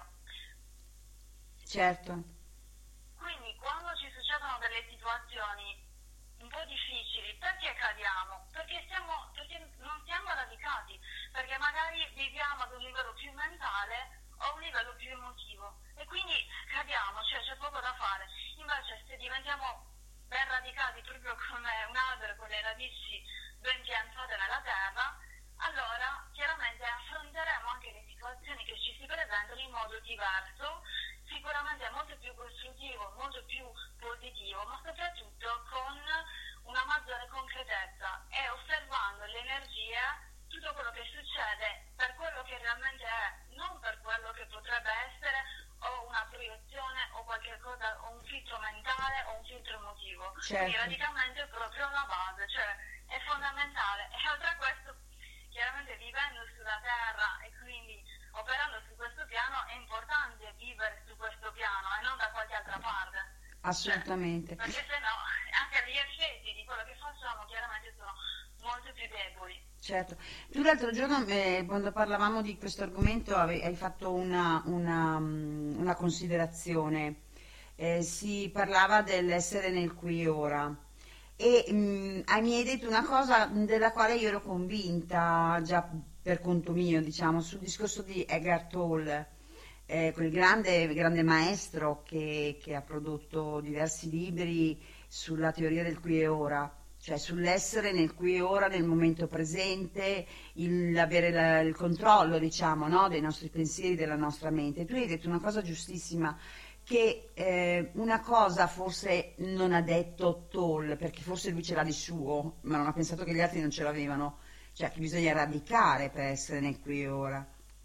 Certo. Quindi quando ci succedono delle situazioni un po' difficili, perché cadiamo? Perché non siamo radicati, perché magari viviamo ad un livello più mentale o un livello più emotivo, e quindi cadiamo, cioè c'è poco da fare. Invece se diventiamo ben radicati, proprio come un albero con le radici ben piantate nella terra, allora chiaramente affronteremo anche le situazioni che ci si presentano in modo diverso, sicuramente molto più costruttivo, molto più positivo, ma soprattutto con una maggiore concretezza, e osservando le energie, tutto quello che succede per quello che realmente è, non per quello che potrebbe essere o una proiezione o qualche cosa, o un filtro mentale o un filtro emotivo. Certo. Quindi radicalmente è proprio la base, cioè è fondamentale. E oltre a questo, chiaramente vivendo sulla terra e quindi operando su questo piano, è importante vivere su questo piano e non da qualche altra parte. Assolutamente. Cioè, perché sennò anche gli effetti di quello che facciamo chiaramente sono molto più deboli. Certo. Tu l'altro giorno, quando parlavamo di questo argomento, hai fatto una considerazione. Si parlava dell'essere nel qui e ora. E mi hai detto una cosa della quale io ero convinta già per conto mio, diciamo, sul discorso di Eckhart Tolle, quel grande maestro che ha prodotto diversi libri sulla teoria del qui e ora, cioè sull'essere nel qui e ora, nel momento presente, avere il controllo, diciamo, no, dei nostri pensieri, della nostra mente. Tu hai detto una cosa giustissima, che una cosa forse non ha detto Tolle, perché forse lui ce l'ha di suo, ma non ha pensato che gli altri non ce l'avevano, cioè che bisogna radicare per essere nel qui e ora.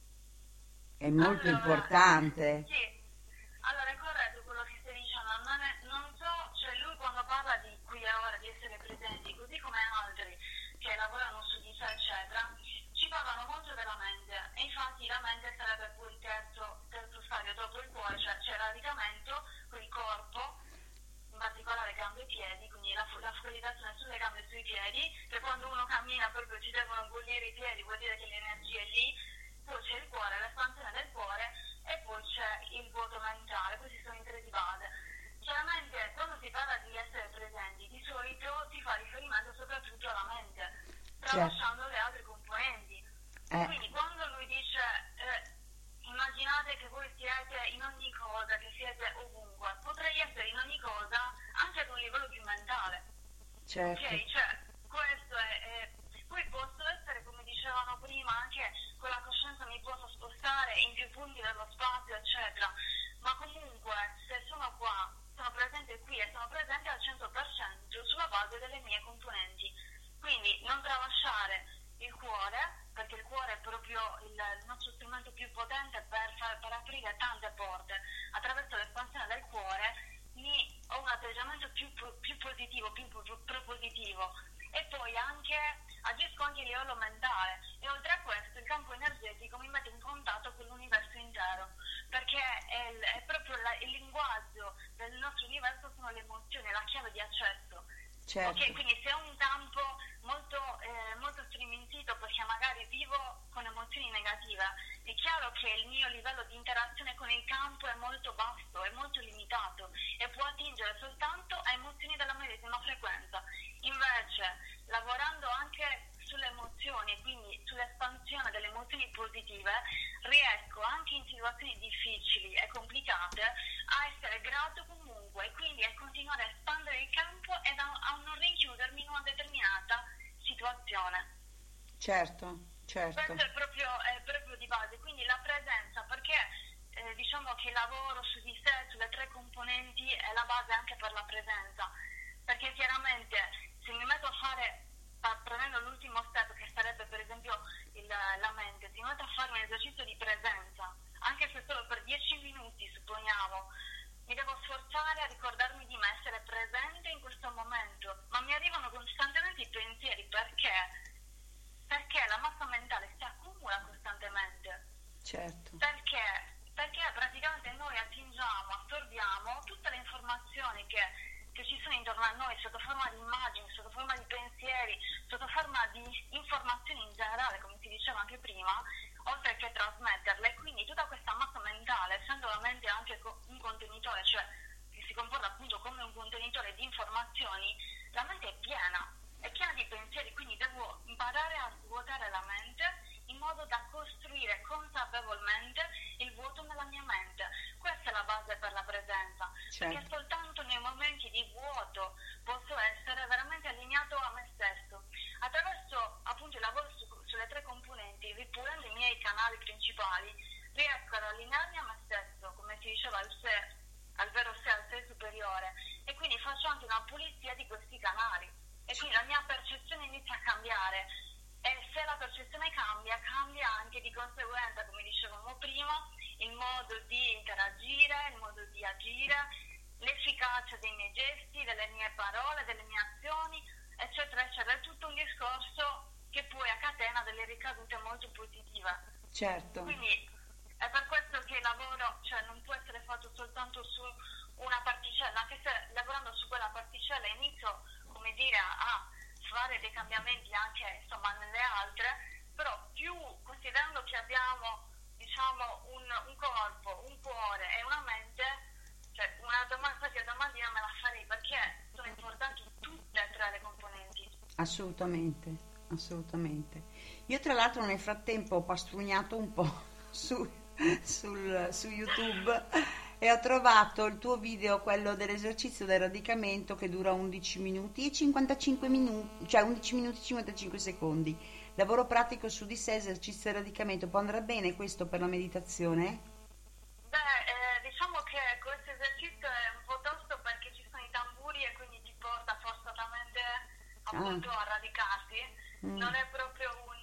È molto importante. Sì, allora è corretto quello che stai dicendo, non so, cioè lui quando parla di qui e ora, di essere presenti, così come altri che lavorano su di sé, eccetera, ci parlano molto della mente, e infatti la mente sarebbe poi il terzo stadio dopo il cuore, cioè c'è il radicamento con il corpo, in particolare gambe e piedi, quindi la focalizzazione sulle gambe e sui piedi, che quando uno cammina proprio ci devono bollire i piedi, vuol dire che l'energia è lì. Poi c'è il cuore, l'espansione del cuore, e poi c'è il vuoto mentale. Questi sono i tre di base. Chiaramente quando si parla di essere presenti, di solito si fa riferimento soprattutto alla mente, tralasciando le altre componenti. Quindi quando lui dice immaginate che voi siete in ogni cosa, che siete ovunque, potrei essere in ogni cosa anche ad un livello più mentale. Certo. Ok, cioè questo è poi posso essere, come dicevano prima, anche con la coscienza mi posso spostare in più punti dello spazio, eccetera, ma comunque se sono qua, sono presente qui e sono presente al 100% sulla base delle mie componenti. Quindi non tralasciare il cuore, perché il cuore è proprio il nostro strumento più potente per aprire tante porte. Attraverso l'espansione del cuore ho un atteggiamento più positivo, più propositivo, e poi anche agisco anche a livello mentale, e oltre a questo il campo energetico mi mette in contatto con l'universo intero, perché è proprio il linguaggio del nostro universo, sono le emozioni, la chiave di accesso. Certo. Ok, quindi se ho un campo molto striminzito perché magari vivo con emozioni negative, è chiaro che il mio livello di interazione con il campo è molto basso, è molto limitato, e può attingere soltanto a emozioni della medesima frequenza. Invece, lavorando positive, riesco anche in situazioni difficili e complicate a essere grato comunque e quindi a continuare a espandere il campo e a non rinchiudermi in una determinata situazione. Certo. Questo è proprio di base, quindi la presenza, perché diciamo che lavoro su di sé, sulle 3 componenti, è la base anche per la presenza, perché chiaramente se mi metto a fare, prendendo l'ultimo step che sarebbe per esempio la mente, se mi metto a fare un esercizio di presenza, anche se solo per 10 minuti supponiamo, mi devo sforzare a ricordarmi di me, essere presente in questo momento, ma mi arrivano costantemente i pensieri, perché la massa mentale si accumula costantemente. Certo. Perché praticamente noi assorbiamo tutte le informazioni che ci sono intorno a noi sotto forma di immagini, sotto forma di pensieri, sotto forma di informazioni in generale, come si diceva anche prima, oltre che trasmetterle. Quindi tutta questa massa mentale, essendo la mente anche un contenitore, cioè che si comporta appunto come un contenitore di informazioni, la mente è piena di pensieri, quindi devo imparare a svuotare la mente in modo da costruire consapevolmente il vuoto nella mia mente. Questa è la base per la presenza, perché soltanto nei momenti di vuoto posso essere veramente allineato a me stesso. Attraverso appunto il lavoro sulle 3 componenti, ripulendo i miei canali principali, riesco ad allinearmi a me stesso, come si diceva, al vero sé, al sé superiore, e quindi faccio anche una pulizia di questi canali. E quindi la mia percezione inizia a cambiare, e se la percezione cambia anche di conseguenza, come dicevamo prima, il modo di interagire, il modo di agire, l'efficacia dei miei gesti, delle mie parole, delle mie azioni, eccetera, eccetera. È tutto un discorso che poi a catena delle ricadute molto positive. Certo. Quindi è per questo che il lavoro, cioè, non può essere fatto soltanto su una particella, anche se lavorando su quella particella inizio, come dire, a fare dei cambiamenti anche insomma nelle altre, però più considerando che abbiamo diciamo un corpo, un cuore e una mente, cioè una domandina me la farei, perché sono importanti tutte e 3 le componenti. Assolutamente. Io tra l'altro nel frattempo ho pastrugnato un po' su YouTube e ho trovato il tuo video, quello dell'esercizio del radicamento, che dura 11 minuti e 55 minuti, cioè 11 minuti e 55 secondi. Lavoro pratico su di sé, esercizio del radicamento. Può andare bene questo per la meditazione? Diciamo che questo esercizio è un po' tosto perché ci sono i tamburi e quindi ti porta forzatamente appunto a radicarti. Non è proprio un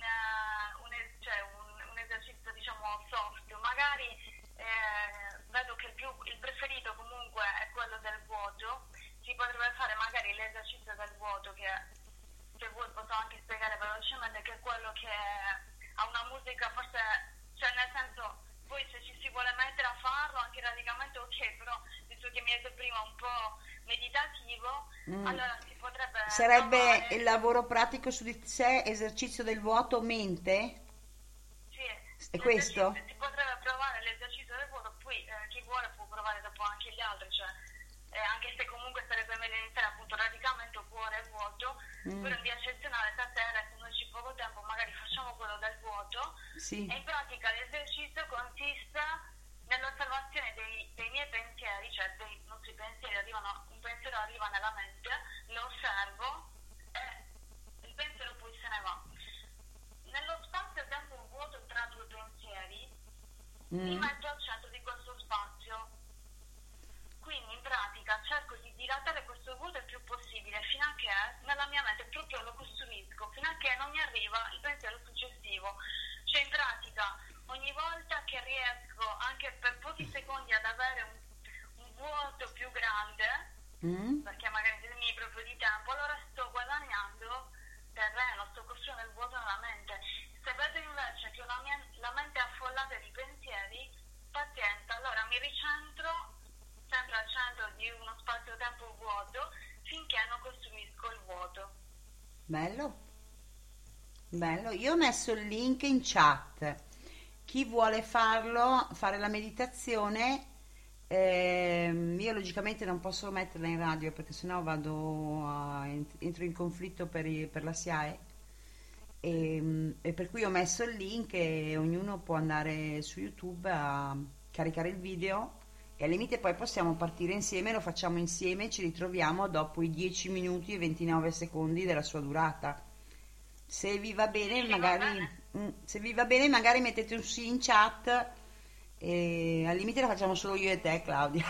esercizio diciamo soft, magari vedo che il preferito comunque è quello del vuoto. Si potrebbe fare magari l'esercizio del vuoto, che se vuoi posso anche spiegare velocemente, che è quello che ha una musica forse, cioè nel senso, poi se ci si vuole mettere a farlo anche radicalmente ok, però visto che mi hai detto prima un po' meditativo, allora si potrebbe sarebbe provare. Il lavoro pratico su di sé, esercizio del vuoto mente? Sì, è questo? Si potrebbe provare l'esercizio del vuoto, poi chi vuole può provare dopo anche gli altri, cioè anche se comunque sarebbe meglio iniziare appunto radicamento cuore e vuoto, però in via eccezionale stasera, essendoci poco tempo, magari facciamo quello del vuoto. Sì. E in pratica l'esercizio consiste nell'osservazione dei miei pensieri, cioè dei nostri pensieri, un pensiero arriva nella mente, lo osservo e il pensiero poi se ne va. Nello spazio-tempo vuoto tra 2 pensieri mi metto al centro di questo spazio. Quindi in pratica cerco di dilatare questo vuoto il più possibile fino a che nella mia mente proprio lo costruisco, fino a che non mi arriva il pensiero successivo. Cioè in pratica ogni volta che riesco anche per pochi secondi ad avere un vuoto più grande, perché magari termini proprio di tempo, allora sto guadagnando terreno, sto costruendo il vuoto nella mente. Se vedo invece che la mente è affollata di pensieri, pazienza, allora mi ricentro sempre al centro di uno spazio-tempo vuoto finché non costruisco il vuoto. Bello, io ho messo il link in chat. Chi vuole fare la meditazione, io logicamente non posso metterla in radio perché sennò entro in conflitto per la SIAE, e per cui ho messo il link e ognuno può andare su YouTube a caricare il video e al limite poi possiamo partire insieme, lo facciamo insieme e ci ritroviamo dopo i 10 minuti e 29 secondi della sua durata. Se vi va bene, magari mettete un sì in chat e al limite la facciamo solo io e te, Claudia.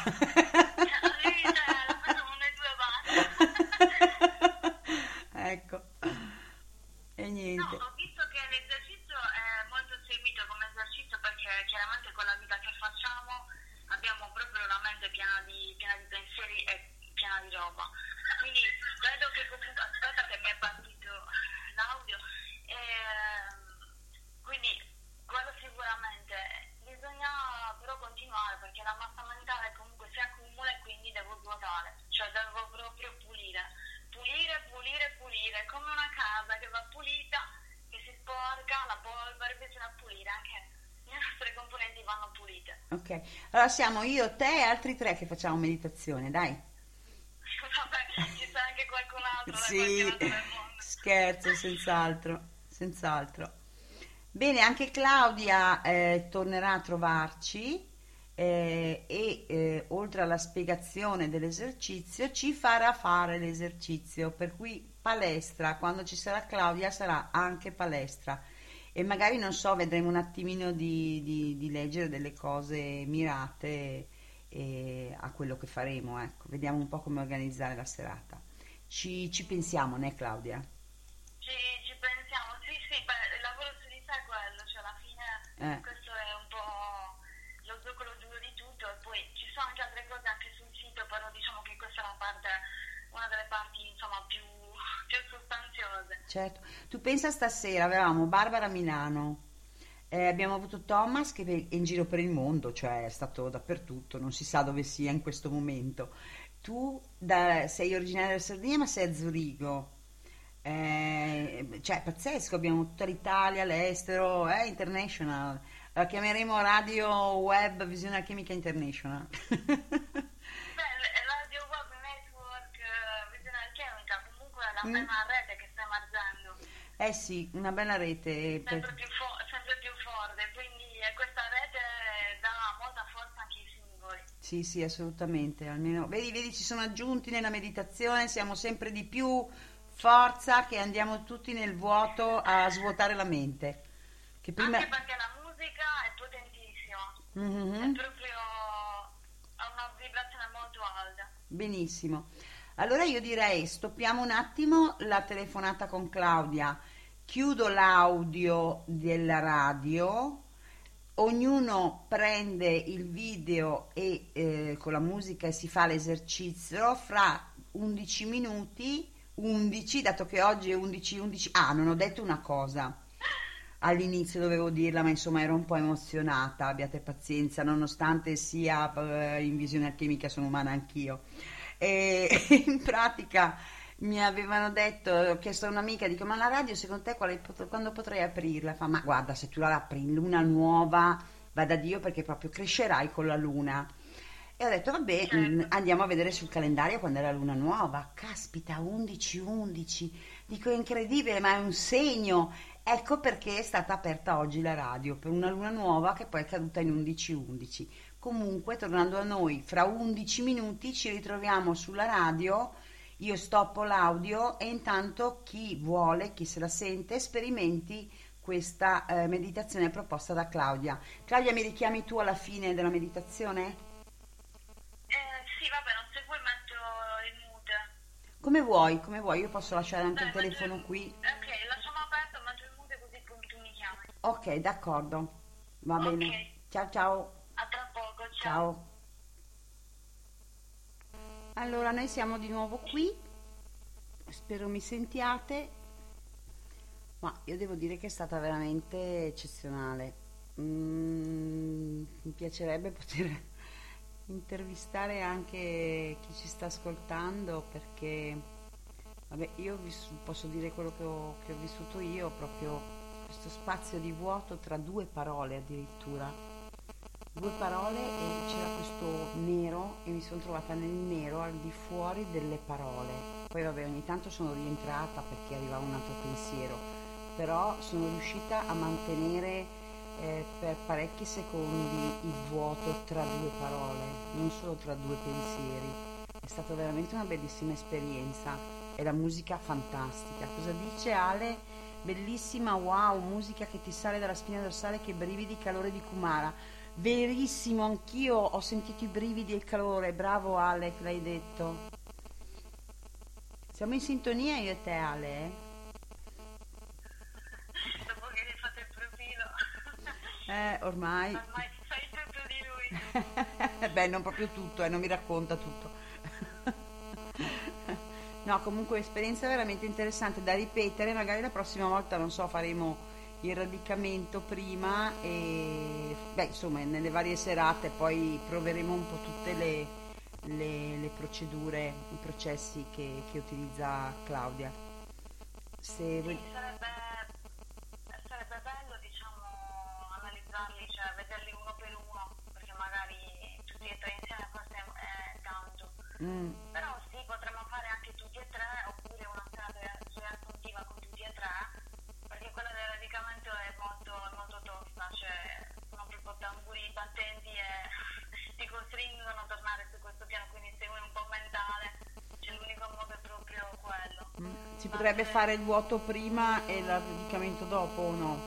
Ecco. E niente. No, ho visto che l'esercizio è molto seguito come esercizio perché chiaramente con la vita che facciamo abbiamo proprio la mente piena di pensieri e piena di roba. Quindi vedo che comunque, aspetta che mi è partito l'audio, quindi quello sicuramente bisogna però continuare perché la massa mentale comunque si accumula e quindi devo svuotare, cioè devo proprio pulire, come una casa che va pulita, che si sporca, la polvere bisogna pulire, anche le nostre componenti vanno pulite. Ok, allora siamo io, te e altri 3 che facciamo meditazione, dai. Vabbè, ci sarà anche qualcun altro da Sì, qualche lato del mondo. scherzo, senz'altro. Bene, anche Claudia tornerà a trovarci e oltre alla spiegazione dell'esercizio ci farà fare l'esercizio, per cui palestra, quando ci sarà Claudia sarà anche palestra e magari non so, vedremo un attimino di leggere delle cose mirate a quello che faremo, ecco, vediamo un po' come organizzare la serata. Ci pensiamo, né Claudia? Ci pensiamo, sì, beh, il lavoro su di sé è quello, cioè alla fine questo è un po' lo zoccolo duro di tutto e poi ci sono anche altre cose anche sul sito, però diciamo che questa è una delle parti insomma più sostanziose. Certo, tu pensa stasera avevamo Barbara a Milano, abbiamo avuto Thomas che è in giro per il mondo, cioè è stato dappertutto, non si sa dove sia in questo momento. Tu sei originaria della Sardegna ma sei a Zurigo, cioè pazzesco, abbiamo tutta l'Italia, l'estero, international. La chiameremo Radio Web Visione Alchemica International. Radio Web Network Visione Alchemica comunque è una rete che sta emergendo. Sì, una bella rete. Sempre più forte, quindi questa rete dà molta forza anche ai singoli. Sì, assolutamente. Almeno, vedi, ci sono aggiunti nella meditazione, siamo sempre di più forza che andiamo tutti nel vuoto a svuotare la mente. Che prima... Anche perché la musica è potentissima, è proprio ha una vibrazione molto alta. Benissimo. Allora io direi stoppiamo un attimo la telefonata con Claudia, chiudo l'audio della radio, ognuno prende il video e con la musica si fa l'esercizio, fra 11 minuti, 11, dato che oggi è 11:11, non ho detto una cosa. All'inizio dovevo dirla, ma insomma ero un po' emozionata, abbiate pazienza, nonostante sia in visione alchemica sono umana anch'io. E in pratica mi avevano detto, ho chiesto a un'amica, dico, ma la radio secondo te quando potrei aprirla? Fa, ma guarda, se tu la apri in luna nuova, va da Dio perché proprio crescerai con la luna. E ho detto, vabbè, andiamo a vedere sul calendario quando è la luna nuova. Caspita, 11:11. Dico, è incredibile, ma è un segno. Ecco perché è stata aperta oggi la radio, per una luna nuova che poi è caduta in 11:11. Comunque, tornando a noi, fra 11 minuti ci ritroviamo sulla radio, io stoppo l'audio e intanto chi vuole, chi se la sente, sperimenti questa meditazione proposta da Claudia. Claudia, mi richiami tu alla fine della meditazione? Sì, vabbè, non se vuoi metto il mute. Come vuoi, io posso lasciare anche il telefono qui. Ok, lasciamo aperto, metto il mute così tu mi chiami. Ok, d'accordo, va bene. Ciao. A tra poco, ciao. Allora, noi siamo di nuovo qui, spero mi sentiate, ma io devo dire che è stata veramente eccezionale. Mi piacerebbe poter intervistare anche chi ci sta ascoltando, perché vabbè, io posso dire quello che ho vissuto io, proprio questo spazio di vuoto tra due parole, addirittura 2 parole, e c'era questo nero e mi sono trovata nel nero al di fuori delle parole. Poi vabbè, ogni tanto sono rientrata perché arrivava un altro pensiero, però sono riuscita a mantenere per parecchi secondi il vuoto tra due parole, non solo tra due pensieri. È stata veramente una bellissima esperienza e la musica fantastica. Cosa dice Ale? Bellissima, wow, musica che ti sale dalla spina dorsale, che brividi, calore di Kumara. Verissimo, anch'io ho sentito i brividi e il calore. Bravo Ale, che l'hai detto. Siamo in sintonia io e te, Ale? Dopo che hai fatto il profilo. Ormai Sai tutto di lui. beh, non proprio tutto, non mi racconta tutto. No, comunque esperienza veramente interessante da ripetere. Magari la prossima volta, non so, faremo il radicamento prima e insomma nelle varie serate poi proveremo un po' tutte le procedure, i processi che utilizza Claudia. Sì, sarebbe bello, diciamo, analizzarli, cioè vederli uno per uno, perché magari tutti e tre insieme forse è tanto. Però sì, potremmo fare anche tutti e tre, oppure una serata riassuntiva con tutti e tre, perché quella del radicamento è molto tosta, cioè sono proprio tamburi battenti e ti costringono a tornare su questo piano, quindi se uno è un po' mentale, cioè l'unico modo è proprio quello. Si potrebbe fare il vuoto prima e il radicamento dopo o no?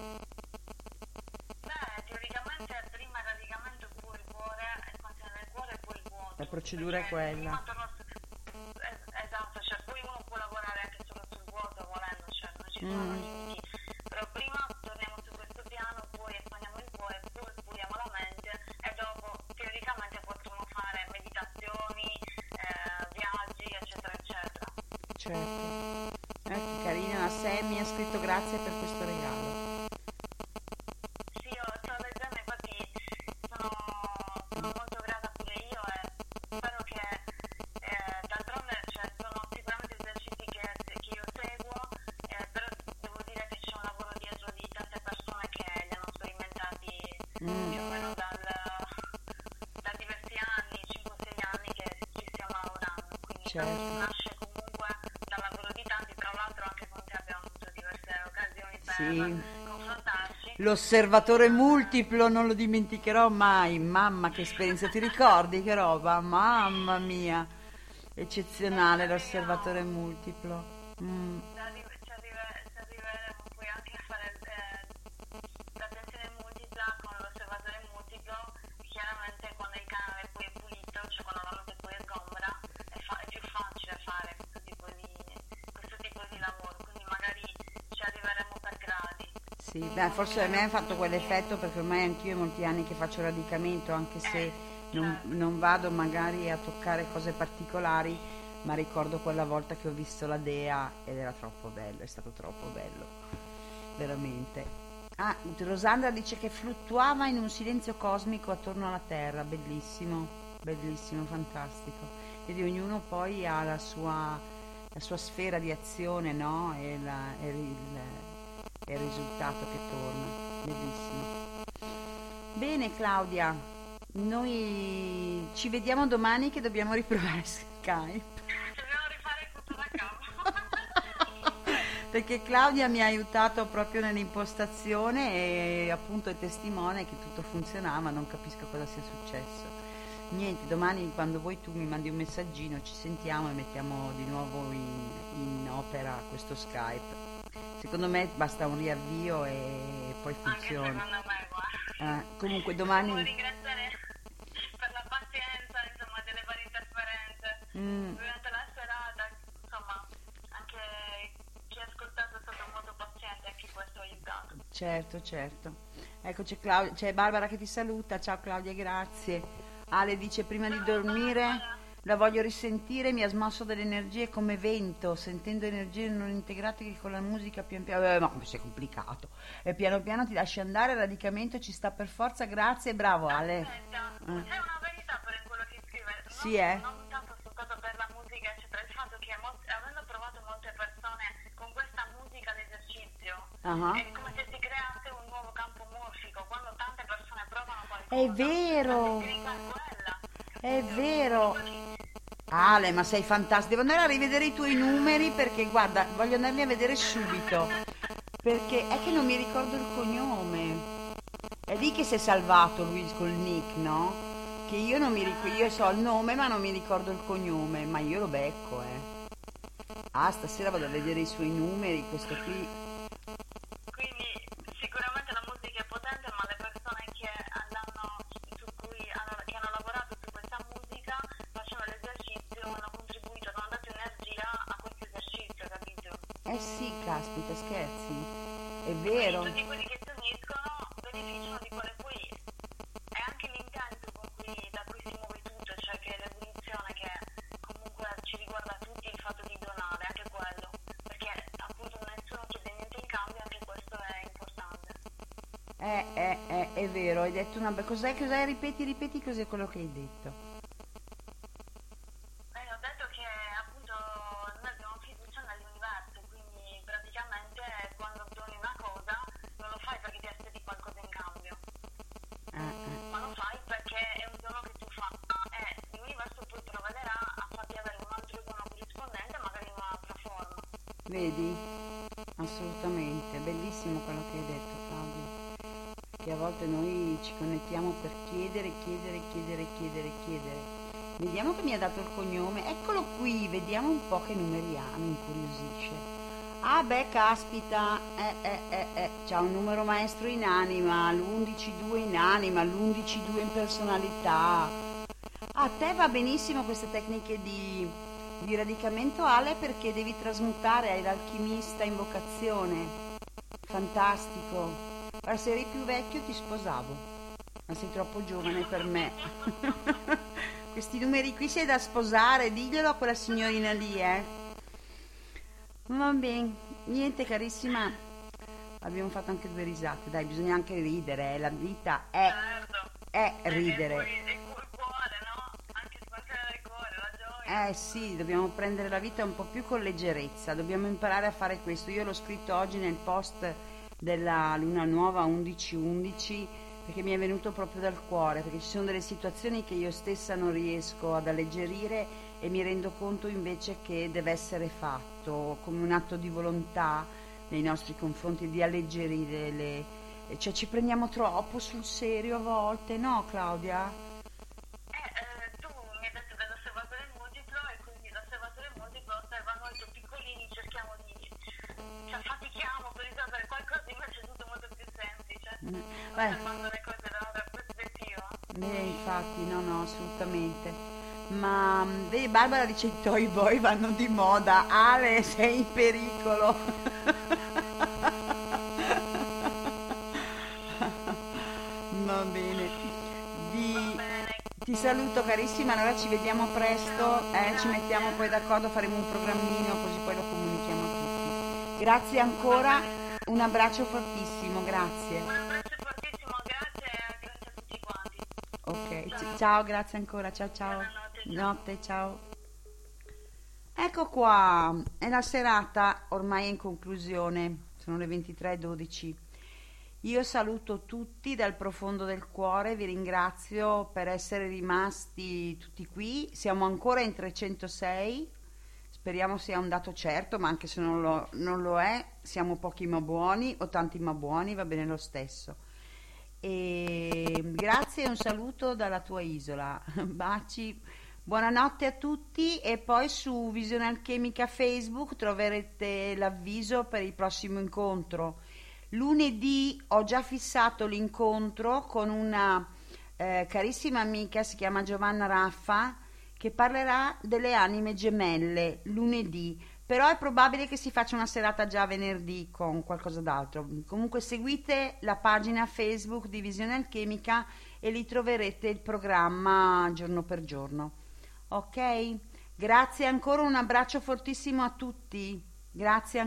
Beh, teoricamente prima il radicamento e poi il cuore, espansione del cuore e poi il vuoto. La procedura è quella. Esatto, cioè poi uno può lavorare anche solo sul vuoto volendo, cioè non ci sono limiti, però prima torniamo su questo piano, poi espandiamo il cuore, poi puliamo la mente e dopo teoricamente potremo fare meditazioni, viaggi, eccetera eccetera. Certo. Che carina, la Sammy ha scritto grazie per questo regalo. Sì, io sto leggendo, infatti sono molto grata pure io e spero che d'altronde sono sicuramente esercizi che io seguo, però devo dire che c'è un lavoro dietro di tante persone che li hanno sperimentati più o meno da diversi anni, 5-6 anni che ci stiamo lavorando, quindi nasce comunque dal lavoro di tanti. Tra l'altro anche con te abbiamo avuto diverse occasioni per confrontarci. L'osservatore multiplo non lo dimenticherò mai. Mamma, che esperienza, ti ricordi che roba? Mamma mia, eccezionale l'osservatore multiplo. Ci arriveremo poi anche a fare l'attenzione multipla con l'osservatore multiplo. Chiaramente quando il canale poi è pulito, cioè quando la mente poi è sgombra, è più facile fare questo tipo di lavoro, quindi magari ci arriveremo per gradi. Sì, forse a me ha fatto quell'effetto perché ormai anch'io ho molti anni che faccio radicamento, anche se non vado magari a toccare cose particolari, ma ricordo quella volta che ho visto la Dea ed era troppo bello, è stato troppo bello, veramente. Rosandra dice che fluttuava in un silenzio cosmico attorno alla Terra, bellissimo, bellissimo, fantastico. Vedi, ognuno poi ha la sua sfera di azione, no? E il risultato che torna, bellissimo. Bene Claudia, noi ci vediamo domani che dobbiamo riprovare Skype. Dobbiamo rifare tutto da capo. Perché Claudia mi ha aiutato proprio nell'impostazione e appunto è testimone che tutto funzionava, non capisco cosa sia successo. Niente, domani quando vuoi tu mi mandi un messaggino, ci sentiamo e mettiamo di nuovo in opera questo Skype. Secondo me basta un riavvio e poi funziona. Anche secondo me, guarda. Comunque domani... Devo ringraziare per la pazienza, insomma, delle varie interferenze durante la serata, insomma, anche chi ha ascoltato è stato molto paziente e chi questo ha aiutato. Certo. Ecco, c'è Barbara che ti saluta. Ciao Claudia, grazie. Ale dice prima di dormire la voglio risentire, mi ha smosso delle energie come vento, sentendo energie non integrate che con la musica pian piano, ma come sei complicato, e piano piano ti lasci andare, il radicamento ci sta per forza, grazie, bravo Ale. C'è una verità per quello che scrive, sì, non tanto soltanto per la musica eccetera, il fatto che avendo provato molte persone con questa musica d'esercizio è come se si creasse un nuovo campo morfico, quando tante persone provano qualcosa, è vero Ale, ma sei fantastico, devo andare a rivedere i tuoi numeri perché guarda, voglio andarli a vedere subito. perché è che non mi ricordo il cognome. È lì che si è salvato lui col nick, no? Che io non mi ricordo, io so il nome ma non mi ricordo il cognome, ma io lo becco, Ah, stasera vado a vedere i suoi numeri, questo qui. Quindi sicuramente la musica è potente, ma le persone che hanno lavorato su questa musica facevano l'esercizio, hanno contribuito, hanno dato energia a questo esercizio, capito? Sì, caspita, scherzi, è vero. Quindi tutti quelli che si uniscono beneficiano di quello, poi è anche l'intento da cui si muove tutto, cioè che l'evoluzione che comunque ci riguarda tutti, il fatto di donare, anche quello, perché appunto nessuno chiede niente in cambio, anche questo è importante. È vero, hai detto una... Cos'è? Ripeti cos'è quello che hai detto. Ho detto che appunto noi abbiamo fiducia nell'universo, quindi praticamente quando doni una cosa non lo fai perché ti aspetti qualcosa in cambio, ma lo fai perché è un dono che tu fai e l'universo poi provvederà a farti avere un altro dono corrispondente, magari in un'altra forma. Vedi? Assolutamente, bellissimo quello che hai detto, Claudio. Che a volte noi ci connettiamo per chiedere. Vediamo che mi ha dato il cognome, eccolo qui, vediamo un po' che numeri ha, mi incuriosisce. Ah beh, caspita, c'ha un numero maestro in anima, l'11-2 in anima, l'11-2 in personalità. A te va benissimo queste tecniche di radicamento, Ale, perché devi trasmutare, hai l'alchimista in vocazione. Fantastico. Ora, se eri più vecchio ti sposavo, ma sei troppo giovane per me. Questi numeri qui sei da sposare, diglielo a quella signorina lì, Va bene, niente carissima, abbiamo fatto anche 2 risate, dai, bisogna anche ridere, la vita è ridere. E col cuore, no? Anche squarciare il cuore, la gioia. Sì, dobbiamo prendere la vita un po' più con leggerezza, dobbiamo imparare a fare questo. Io l'ho scritto oggi nel post della luna nuova 11-11 perché mi è venuto proprio dal cuore, perché ci sono delle situazioni che io stessa non riesco ad alleggerire e mi rendo conto invece che deve essere fatto come un atto di volontà nei nostri confronti, di alleggerire cioè ci prendiamo troppo sul serio a volte, no Claudia? Tu mi hai detto dell'osservatore multiplo e quindi l'osservatore multiplo osserva noi più piccolini, cerchiamo ci affatichiamo per risolvere qualcosa, invece è tutto molto più semplice, osservando le cose dall'altra prospettiva. Infatti, no, assolutamente. Ma vedi, Barbara dice i toy boy vanno di moda, Ale sei in pericolo. Va bene. Ti saluto carissima, allora ci vediamo presto, ci mettiamo poi d'accordo, faremo un programmino così poi lo comunichiamo a tutti. Grazie ancora, un abbraccio fortissimo, grazie. Un abbraccio fortissimo, grazie a tutti quanti. Ok, ciao, grazie ancora, ciao. Notte, ciao. Ecco qua, è la serata, ormai è in conclusione, sono le 23:12. Io saluto tutti dal profondo del cuore, vi ringrazio per essere rimasti tutti qui, siamo ancora in 306, speriamo sia un dato certo, ma anche se non lo è, siamo pochi ma buoni o tanti ma buoni, va bene lo stesso. E grazie e un saluto dalla tua isola, baci, buonanotte a tutti e poi su Visione Alchemica Facebook troverete l'avviso per il prossimo incontro. Lunedì ho già fissato l'incontro con una carissima amica, si chiama Giovanna Raffa, che parlerà delle anime gemelle lunedì, però è probabile che si faccia una serata già venerdì con qualcosa d'altro. Comunque seguite la pagina Facebook di Visione Alchemica e lì troverete il programma giorno per giorno. Ok? Grazie ancora, un abbraccio fortissimo a tutti. Grazie.